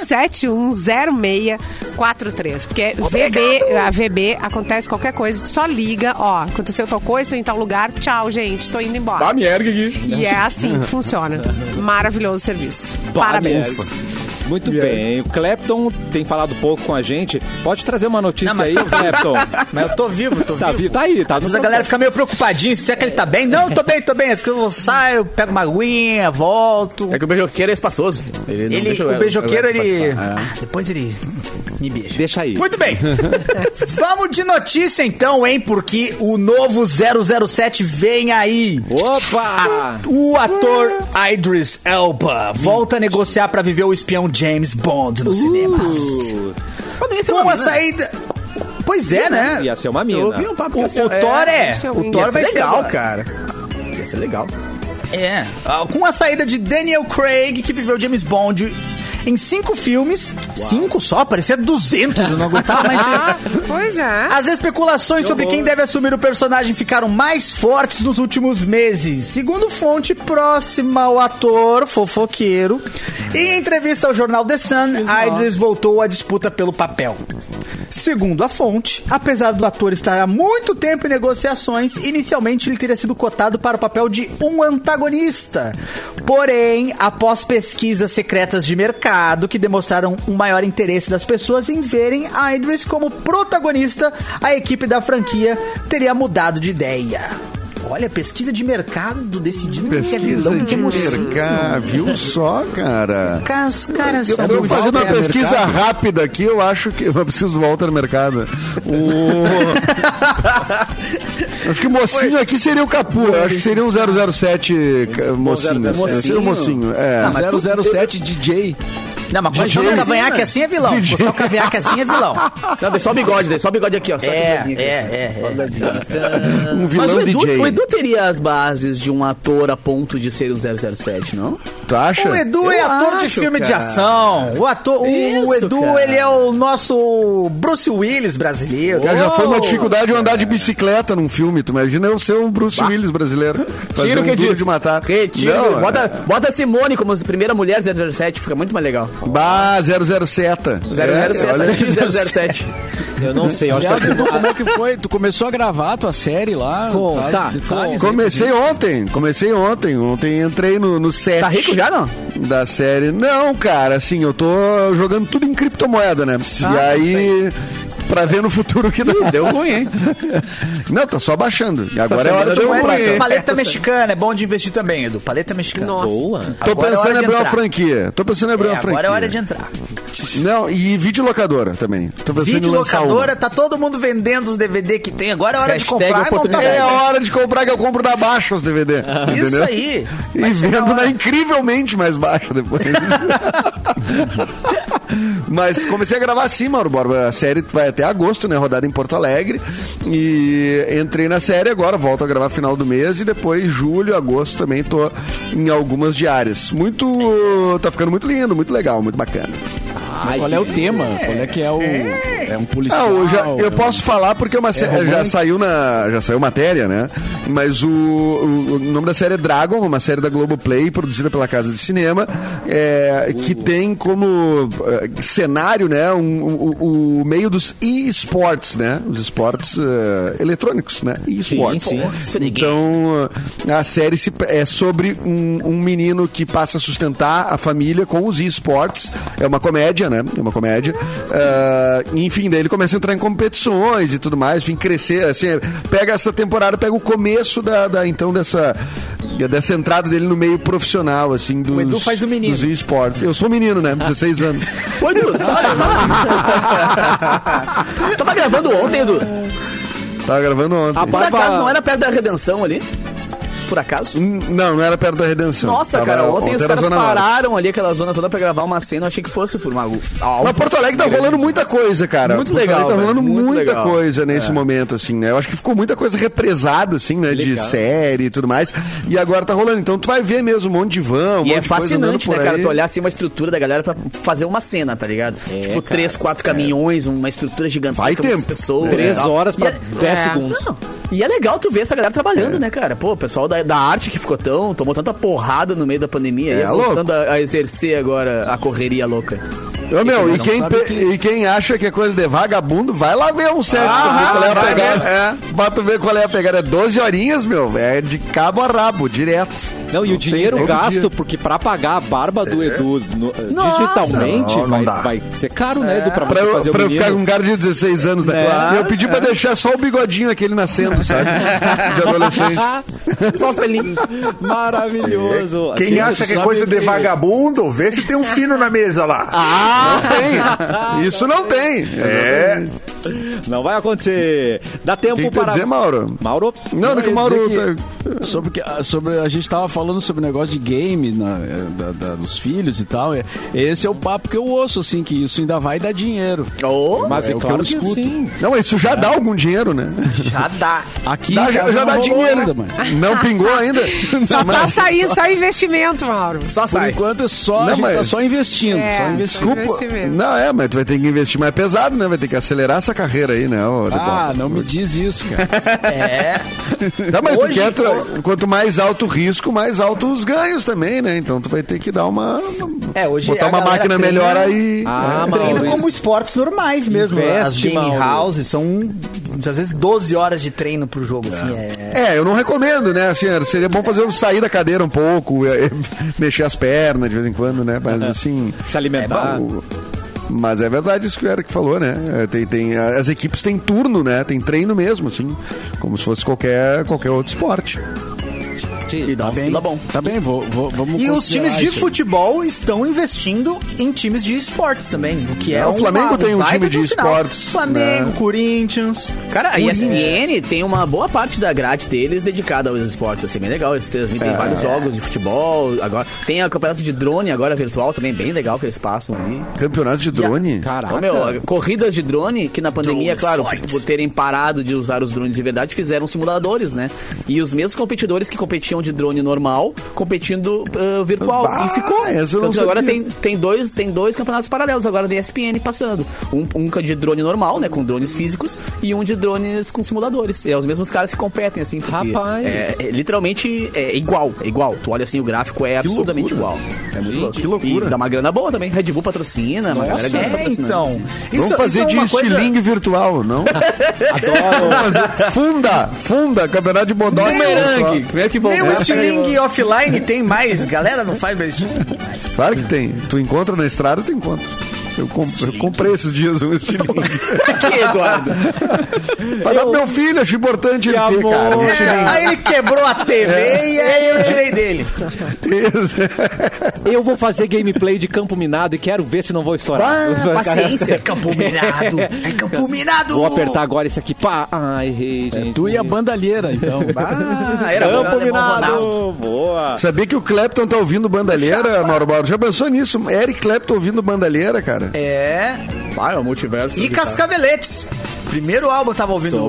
S3: 710643. Porque a VB acontece qualquer coisa, só liga, aconteceu tal coisa, tô em tal lugar, tchau, gente, tô indo embora.
S2: Me ergue aqui.
S3: E é assim que funciona. Maravilhoso serviço. Parabéns.
S1: Muito bem. O Clepton tem falado pouco com a gente. Pode trazer uma notícia aí, Clepton?
S4: Mas eu tô vivo,
S1: Tá vivo. Tá aí, tá.
S4: Às vezes a galera fica meio preocupadinha, se é que ele tá bem. Não, tô bem. Às vezes eu saio, pego uma aguinha, volto.
S2: É que o beijoqueiro é espaçoso.
S4: O beijoqueiro, depois ele me beija.
S1: Deixa aí.
S4: Muito bem. Vamos de notícia então, hein? Porque o novo 007 vem aí.
S1: Opa!
S4: O ator Idris Elba volta a negociar pra viver o espião James Bond nos cinemas.
S2: Poderia ser
S4: Com a saída... Pois é, né?
S1: Ia ser uma mina.
S2: Eu ouvi um papo
S4: O Thor O Thor vai ser
S2: legal, cara. Ia ser legal.
S4: Com a saída de Daniel Craig, que viveu James Bond em 5 filmes. 5 só? Parecia 200, eu não aguentava mais.
S3: Pois é.
S4: As especulações sobre quem deve assumir o personagem ficaram mais fortes nos últimos meses. Segundo fonte próxima ao ator fofoqueiro, em entrevista ao jornal The Sun, Idris voltou à disputa pelo papel. Segundo a fonte, apesar do ator estar há muito tempo em negociações, inicialmente ele teria sido cotado para o papel de um antagonista. Porém, após pesquisas secretas de mercado que demonstraram um maior interesse das pessoas em verem Idris como protagonista, a equipe da franquia teria mudado de ideia. Olha, pesquisa de mercado decidindo que é vilão de
S6: mercado, viu só, cara?
S4: Os caras...
S6: Eu vou fazer uma pesquisa rápida aqui, eu acho que... Uma pesquisa do Walter Mercado. Acho que o mocinho aqui seria o Capu. Eu acho que seria um 007 mocinho. Seria o mocinho.
S5: 007 DJ.
S4: Não, mas quando o cavanhaque assim é vilão. Quando o cavanhaque assim é vilão.
S2: Não, deixa só o bigode aqui, ó.
S6: Um vilão
S2: mas
S6: DJ.
S2: O Edu teria as bases de um ator a ponto de ser um 007, não?
S6: Tu acha?
S4: O Edu é ator de filme de ação. O Edu, cara, ele é o nosso Bruce Willis brasileiro.
S6: Cara, já foi uma dificuldade eu andar de bicicleta num filme. Tu imagina eu ser o Bruce Willis brasileiro.
S2: Tira o que
S6: Duro
S2: disse.
S6: de matar.
S2: Retiro. Bota a Simone como primeira mulher 007, fica muito mais legal.
S6: 007.
S2: 007.
S1: Eu não sei, eu acho que
S5: Aliás, como é que foi? Tu começou a gravar a tua série lá? Detalhes,
S6: Comecei ontem. Ontem entrei no set.
S2: Tá rico já, não?
S6: Da série. Não, cara, assim, eu tô jogando tudo em criptomoeda, né? E aí... Pra ver no futuro que dá.
S2: Deu ruim, hein?
S6: Não, tá só baixando. E agora é hora de comprar.
S4: Paleta mexicana, é bom de investir também, Edu. Paleta mexicana.
S3: Nossa.
S1: boa.
S6: Tô pensando em abrir uma franquia.
S4: Agora é hora de entrar.
S6: Não, e videolocadora também. Tô pensando em lançar
S4: Videolocadora, tá todo mundo vendendo os DVD que tem. Agora é hora de comprar.
S6: É hora de comprar, que eu compro na baixa os DVD.
S4: Isso aí.
S6: E vendo na incrivelmente mais baixa depois. Mas comecei a gravar assim, Mauro Borba. A série vai até agosto, né? Rodada em Porto Alegre. E entrei na série agora, volto a gravar final do mês. E depois, julho, agosto, também tô em algumas diárias. Tá ficando muito lindo, muito legal, muito bacana.
S5: Qual é o tema? Qual é que é o... É um policial?
S6: Eu posso falar porque uma série já saiu matéria, né? Mas o nome da série é Dragon, uma série da Globoplay, produzida pela Casa de Cinema, que tem como cenário, né, o meio dos e-sports, né? Os esportes eletrônicos, né? E-sports.
S1: Sim.
S6: Então, a série é sobre um menino que passa a sustentar a família com os e-sports. É uma comédia, né? É uma comédia. Enfim, daí ele começa a entrar em competições e tudo mais, enfim, crescer, assim, pega essa temporada, pega o começo dessa entrada dele no meio profissional, assim,
S4: O Edu faz o menino.
S6: dos esportes. Eu sou menino, né? 16 anos.
S2: Ô, Edu, tava gravando ontem, Edu?
S6: Tava gravando ontem.
S2: Por acaso não era perto da Redenção ali? Por acaso?
S6: Não era perto da Redenção.
S2: Nossa, cara, ontem os caras pararam ali aquela zona toda pra gravar uma cena. Eu achei que fosse por uma...
S6: Mas Porto Alegre tá rolando muita coisa, cara.
S2: Muito
S6: Porto
S2: legal,
S6: Alegre tá rolando
S2: muito
S6: muita
S2: legal.
S6: coisa nesse momento, assim, né? Eu acho que ficou muita coisa represada, assim, né? De série e tudo mais. E agora tá rolando. Então tu vai ver mesmo um monte de van,
S2: E é fascinante, né, cara? Tu olhar assim uma estrutura da galera pra fazer uma cena, tá ligado? Tipo, 3, 4 caminhões, uma estrutura gigantesca.
S6: Vai tempo.
S2: Pessoas.
S1: 3 horas pra 10 segundos.
S2: Não. E é legal tu ver essa galera trabalhando, né, cara? Pô, o pessoal da arte que ficou tomou tanta porrada no meio da pandemia.
S6: É
S2: voltando a exercer agora a correria louca.
S6: E quem acha que é coisa de vagabundo, vai lá ver um set pra ver qual é a pegada. Pra tu ver qual é a pegada. É 12 horinhas, meu. É de cabo a rabo, direto.
S1: Não, e o dinheiro gasto, porque pra pagar a barba do Edu digitalmente vai ser caro, né, Edu? Pra você fazer o
S6: pra eu
S1: menino.
S6: ficar com um cara de 16 anos, né? Eu pedi pra deixar só o bigodinho aquele nascendo, sabe? De adolescente.
S2: Só os pelinhos.
S1: Maravilhoso.
S7: Quem acha que é coisa de vagabundo, vê se tem um fino na mesa lá.
S6: Não tem. Isso não tem.
S1: Não vai acontecer. Dá tempo
S6: O que
S1: para...
S6: dizer, Mauro?
S1: Mauro?
S6: Não, que o Mauro...
S5: Sobre a gente tava falando sobre o negócio de game dos filhos e tal. Esse é o papo que eu ouço, assim, que isso ainda vai dar dinheiro.
S1: Mas é
S5: o
S1: claro
S5: que eu escuto.
S1: sim.
S6: Não, isso já dá algum dinheiro, né?
S4: Já dá.
S5: Aqui
S6: Já dá
S5: não rolou
S6: dinheiro.
S5: ainda, mano.
S6: Não pingou ainda?
S3: Só tá saindo, só investimento, Mauro.
S2: Só
S5: Por
S2: sai.
S5: enquanto a
S6: Não,
S5: gente
S6: mas-
S5: tá só investindo. Só investindo.
S6: Desculpa.
S3: investimento.
S6: Não, mas tu vai ter que investir mais pesado, né? Vai ter que acelerar essa carreira aí, né?
S5: Não me diz isso, cara.
S6: Não, mas
S4: Hoje,
S6: quanto mais alto o risco, mais alto os ganhos também, né? Então tu vai ter que dar
S4: Hoje
S6: botar
S4: a
S6: uma
S4: galera
S6: máquina
S4: treina-
S6: melhor aí.
S4: Treina
S1: Mauro,
S4: como esportes normais mesmo. As
S1: Investe,
S4: game
S1: Mauro.
S4: houses são, às vezes, 12 horas de treino pro jogo, assim.
S6: Eu não recomendo, né? Assim, seria bom fazer sair da cadeira um pouco, mexer as pernas de vez em quando, né? Mas assim.
S1: Se alimentar.
S6: Mas é verdade isso que o Eric falou, né? As equipes têm turno, né? Tem treino mesmo, assim, como se fosse qualquer outro esporte.
S2: E dá uns pila bom.
S5: Tá bem, vamos
S4: E os
S5: considerar
S4: times de
S5: isso aí.
S4: futebol estão investindo em times de esportes também, o que é
S6: O Flamengo tem um
S4: baita
S6: time de
S4: sinal.
S6: esportes,
S4: Flamengo,
S6: né?
S4: Corinthians.
S2: Cara, a ESPN tem uma boa parte da grade deles dedicada aos esportes, assim, bem legal. Eles transmitem vários jogos de futebol. Agora tem o campeonato de drone, agora virtual também, bem legal que eles passam ali.
S6: Campeonato de drone?
S1: Caraca.
S2: Ô, meu, corridas de drone, que na pandemia, claro, por terem parado de usar os drones de verdade, fizeram simuladores, né? E os mesmos competidores que competiam de drone normal competindo virtual. E ficou. Então, agora tem dois campeonatos paralelos agora da ESPN passando. Um de drone normal, né, com drones físicos, e um de drones com simuladores. É os mesmos caras que competem, assim.
S1: Rapaz!
S2: Literalmente é igual. Tu olha assim, o gráfico é absurdamente igual. É muito louco.
S6: Que loucura.
S2: E dá uma grana boa também. Red Bull patrocina, uma galera grande patrocinando.
S4: Então.
S6: Vamos fazer de estilingue virtual, não? Adoro. Vamos fazer Funda, campeonato de bodó.
S2: Bumerangue. Primeiro que
S4: Nem o estilingue offline tem mais. Galera, não faz mais estilingue.
S6: Claro que tem. Tu encontra na estrada, tu encontra. Eu comprei esses dias um estilingue.
S2: Aqui, Eduardo.
S6: Pra dar pro meu filho, acho importante ele ter, cara. Um estilingue.
S4: Aí ele quebrou a TV e aí eu tirei dele.
S1: Eu vou fazer gameplay de Campo Minado e quero ver se não vou estourar.
S2: Paciência.
S4: É Campo Minado.
S1: Vou apertar agora esse aqui. Pá. Errei, gente.
S5: Tu e a bandalheira, então.
S2: Era
S1: Campo Minado. Boa.
S6: Sabia que o Clapton tá ouvindo bandalheira, Mauro Mauro? Já pensou nisso? Eric Clapton ouvindo bandalheira, cara?
S4: É.
S2: É o multiverso.
S4: E Cascaveletes. Primeiro álbum eu tava ouvindo.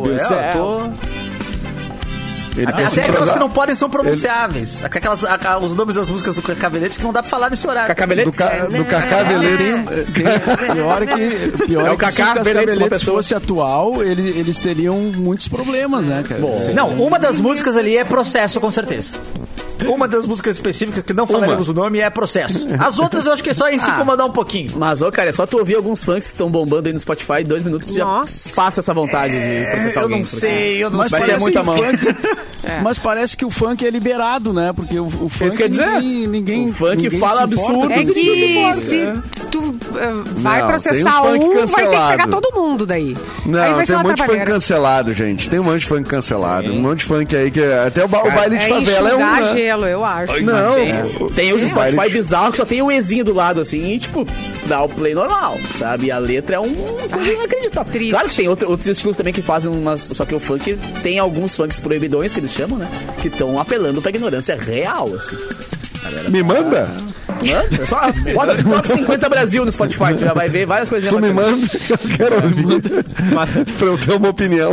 S6: Ele
S4: Até aquelas que não podem são pronunciáveis. Os nomes das músicas do Cacaveletes que não dá pra falar nesse horário.
S2: Cacaveletes?
S6: Do Cacaveletes.
S5: Pior é que se o Cascaveletes
S2: pessoa
S5: fosse atual, eles teriam muitos problemas, né, cara?
S4: Não, uma das músicas ali é Processo, com certeza. Uma das músicas específicas que não falaremos o nome é Processo. As outras eu acho que é só em se incomodar um pouquinho.
S2: Mas, é só tu ouvir alguns funks que estão bombando aí no Spotify, 2 minutos já passa essa vontade de processar alguém.
S4: Eu não sei.
S2: Vai ser muita mão.
S5: Mas parece que o funk é liberado, né? Porque o funk
S2: isso quer dizer?
S5: ninguém
S2: o funk
S5: ninguém
S2: fala
S5: se importa.
S2: absurdo.
S3: É que se tu vai
S6: Não,
S3: processar
S6: tem um funk
S3: vai ter que
S6: cancelado.
S3: pegar todo mundo daí. Aí
S6: Não,
S3: vai ser
S6: tem um
S3: uma
S6: monte de funk
S3: trabalheira.
S6: cancelado, gente. Tem um monte de funk cancelado. Um monte de funk aí que até o baile de favela é um,
S3: enxugar
S6: né?
S3: gelo, eu acho.
S6: Não.
S2: Tem os Spotify
S6: baile de-
S2: bizarros que só tem o Ezinho do lado, assim, e, tipo, dá o play normal, sabe? E a letra é coisa inacreditável.
S3: triste.
S2: Claro que tem outros estilos também que fazem umas... Só que o funk tem alguns funks proibidões, que eles chamam, né? Que estão apelando pra ignorância real, assim.
S6: Me manda?
S2: Manda? Só bota Top 50 Brasil no Spotify, tu já vai ver várias coisas.
S6: Tu me manda, eu quero ouvir. Pra eu ter uma opinião.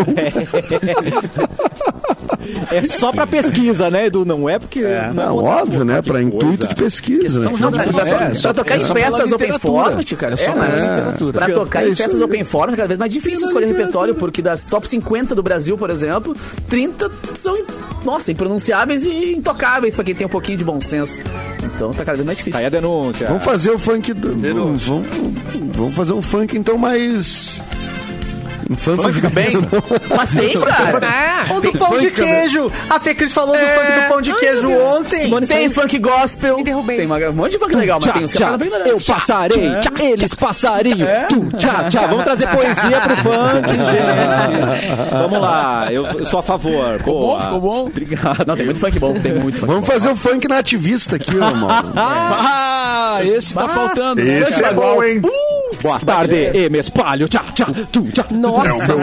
S1: É só pra pesquisa, né, Edu? Não é porque...
S6: Não, óbvio, né? Pra intuito de pesquisa, né?
S2: Pra tocar em festas open format, cara. Pra tocar em festas open format é cada vez mais difícil escolher repertório, porque das top 50 do Brasil, por exemplo, 30 são, impronunciáveis e intocáveis pra quem tem um pouquinho de bom senso. Então tá cada vez mais difícil.
S1: Aí a denúncia.
S6: Vamos fazer o funk... Vamos fazer um funk, então, mais... Um funk fica bem.
S2: Mas tem, cara.
S4: Ou do pão de queijo. A Fê Cris falou do funk do pão de queijo ontem.
S2: Tem funk gospel.
S3: Me derrubei.
S2: Tem um monte de funk legal, mas tem uns que bem
S1: Eu passarei, eles passarinho. Tchá. Vamos trazer poesia pro funk, gente. Vamos lá, eu sou a favor.
S5: Ficou bom?
S1: Obrigado.
S2: Não, tem muito funk bom, tem muito funk
S6: Vamos fazer o funk nativista aqui, ó, mano.
S5: Esse tá faltando. né,
S7: Esse
S5: cara?
S7: é bom, hein?
S1: Boa tarde, e me espalho. Tchá.
S3: Nossa.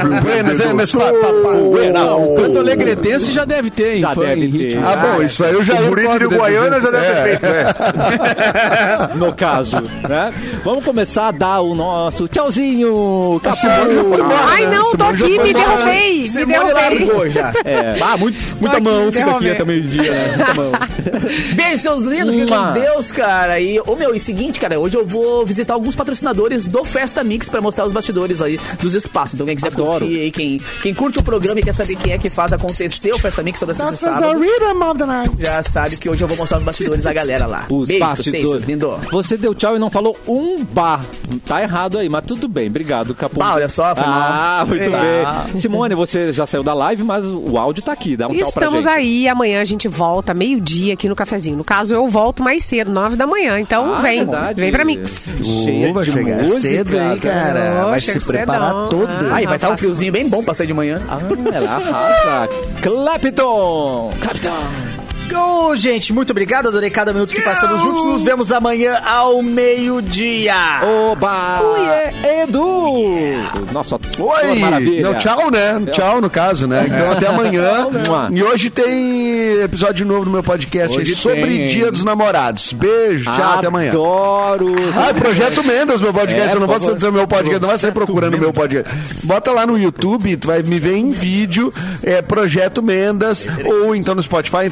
S5: O canto alegretense já deve ter, hein?
S1: Já
S5: funk,
S1: deve
S5: em
S1: ter.
S5: ritmo.
S6: Ah, bom, isso aí eu já...
S7: O Buriti de Uruguaiana já deve ter feito,
S1: No caso, né? Vamos começar a dar o nosso tchauzinho.
S6: Simone já foi embora.
S3: Ai, não, tô aqui, me derrubei. Me derrubei.
S2: largou já. Muita
S3: Tô
S2: mão,
S3: aqui,
S2: fica aqui
S3: derrubei.
S2: até meio-dia, né? Muita mão. Beijo, seus lindos, fiquem com Deus, cara. E seguinte, cara, hoje eu vou visitar alguns patrocinadores do Festa Mix pra mostrar os bastidores aí dos espaços. Então quem quiser curtir aí, quem curte o programa e quer saber quem é que faz acontecer o Festa Mix toda sexta e sábado, já sabe que hoje eu vou mostrar os bastidores da galera lá.
S1: Os
S2: Beijo pra
S1: bastidores.
S2: vocês, lindo.
S1: Você deu tchau e não falou um bar. Tá errado aí, mas tudo bem. Obrigado, Capu.
S2: Olha só, foi mal.
S1: Muito bem. Simone, você já saiu da live, mas o áudio tá aqui. Dá um tchau pra gente.
S3: Estamos aí, amanhã a gente volta meio-dia aqui no cafezinho. No caso, eu volto mais cedo, 9 da manhã. Então vem,
S1: verdade.
S3: vem pra Mix.
S1: Cheia
S6: Vai
S1: de
S6: chegar
S1: música,
S6: cedo aí, cara. Vai
S3: Chega
S6: se preparar
S3: cedão.
S6: todo.
S2: Aí vai estar um
S3: faço
S2: friozinho bem bom pra sair de manhã.
S1: Ela arrasa. Clapton.
S4: Ô, gente, muito obrigado. Adorei cada minuto que passamos juntos. Nos vemos amanhã ao meio-dia.
S1: Oba! Edu! Nossa,
S6: Oi!
S1: maravilha.
S6: Não, tchau, né? Tchau, no caso, né? Então até amanhã. E hoje tem episódio novo no meu podcast aí
S2: Hoje
S6: sobre
S2: tem, hein?
S6: Dia dos Namorados. Beijo, tchau, até amanhã.
S1: Adoro.
S6: Projeto Mendas, meu podcast. Eu não vou dizer o meu podcast, não vai sair procurando o meu podcast. Bota lá no YouTube, tu vai me ver em vídeo, Projeto Mendas, ou então no Spotify, enfim, sim,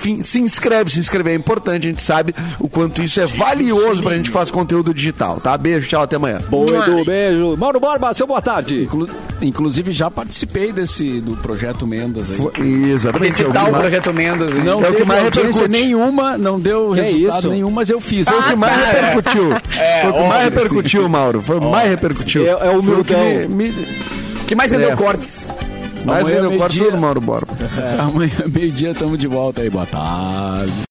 S6: inscreve. Se inscrever é importante, a gente sabe o quanto isso é valioso pra gente fazer conteúdo digital, tá? Beijo, tchau, até amanhã.
S1: Edu, beijo. Mauro Borba, seu boa tarde.
S5: Inclusive, já participei do Projeto Mendas aí.
S6: Exatamente.
S2: Esse tal Projeto Mendas. Hein?
S5: Não
S6: É o que
S5: teve
S6: mais
S5: audiência
S6: repercute.
S5: nenhuma, não deu resultado
S1: isso?
S5: nenhum, mas eu fiz.
S6: Foi o que mais repercutiu. Foi o que mais repercutiu, Mauro. Foi o que mais repercutiu.
S1: É o
S6: Foi o que
S1: humildão.
S2: O que mais rendeu cortes?
S6: mais
S5: Amanhã,
S6: vendeu corte
S5: meio-dia.
S6: do Mauro Borba.
S5: Amanhã, meio-dia, estamos de volta aí. Boa tarde.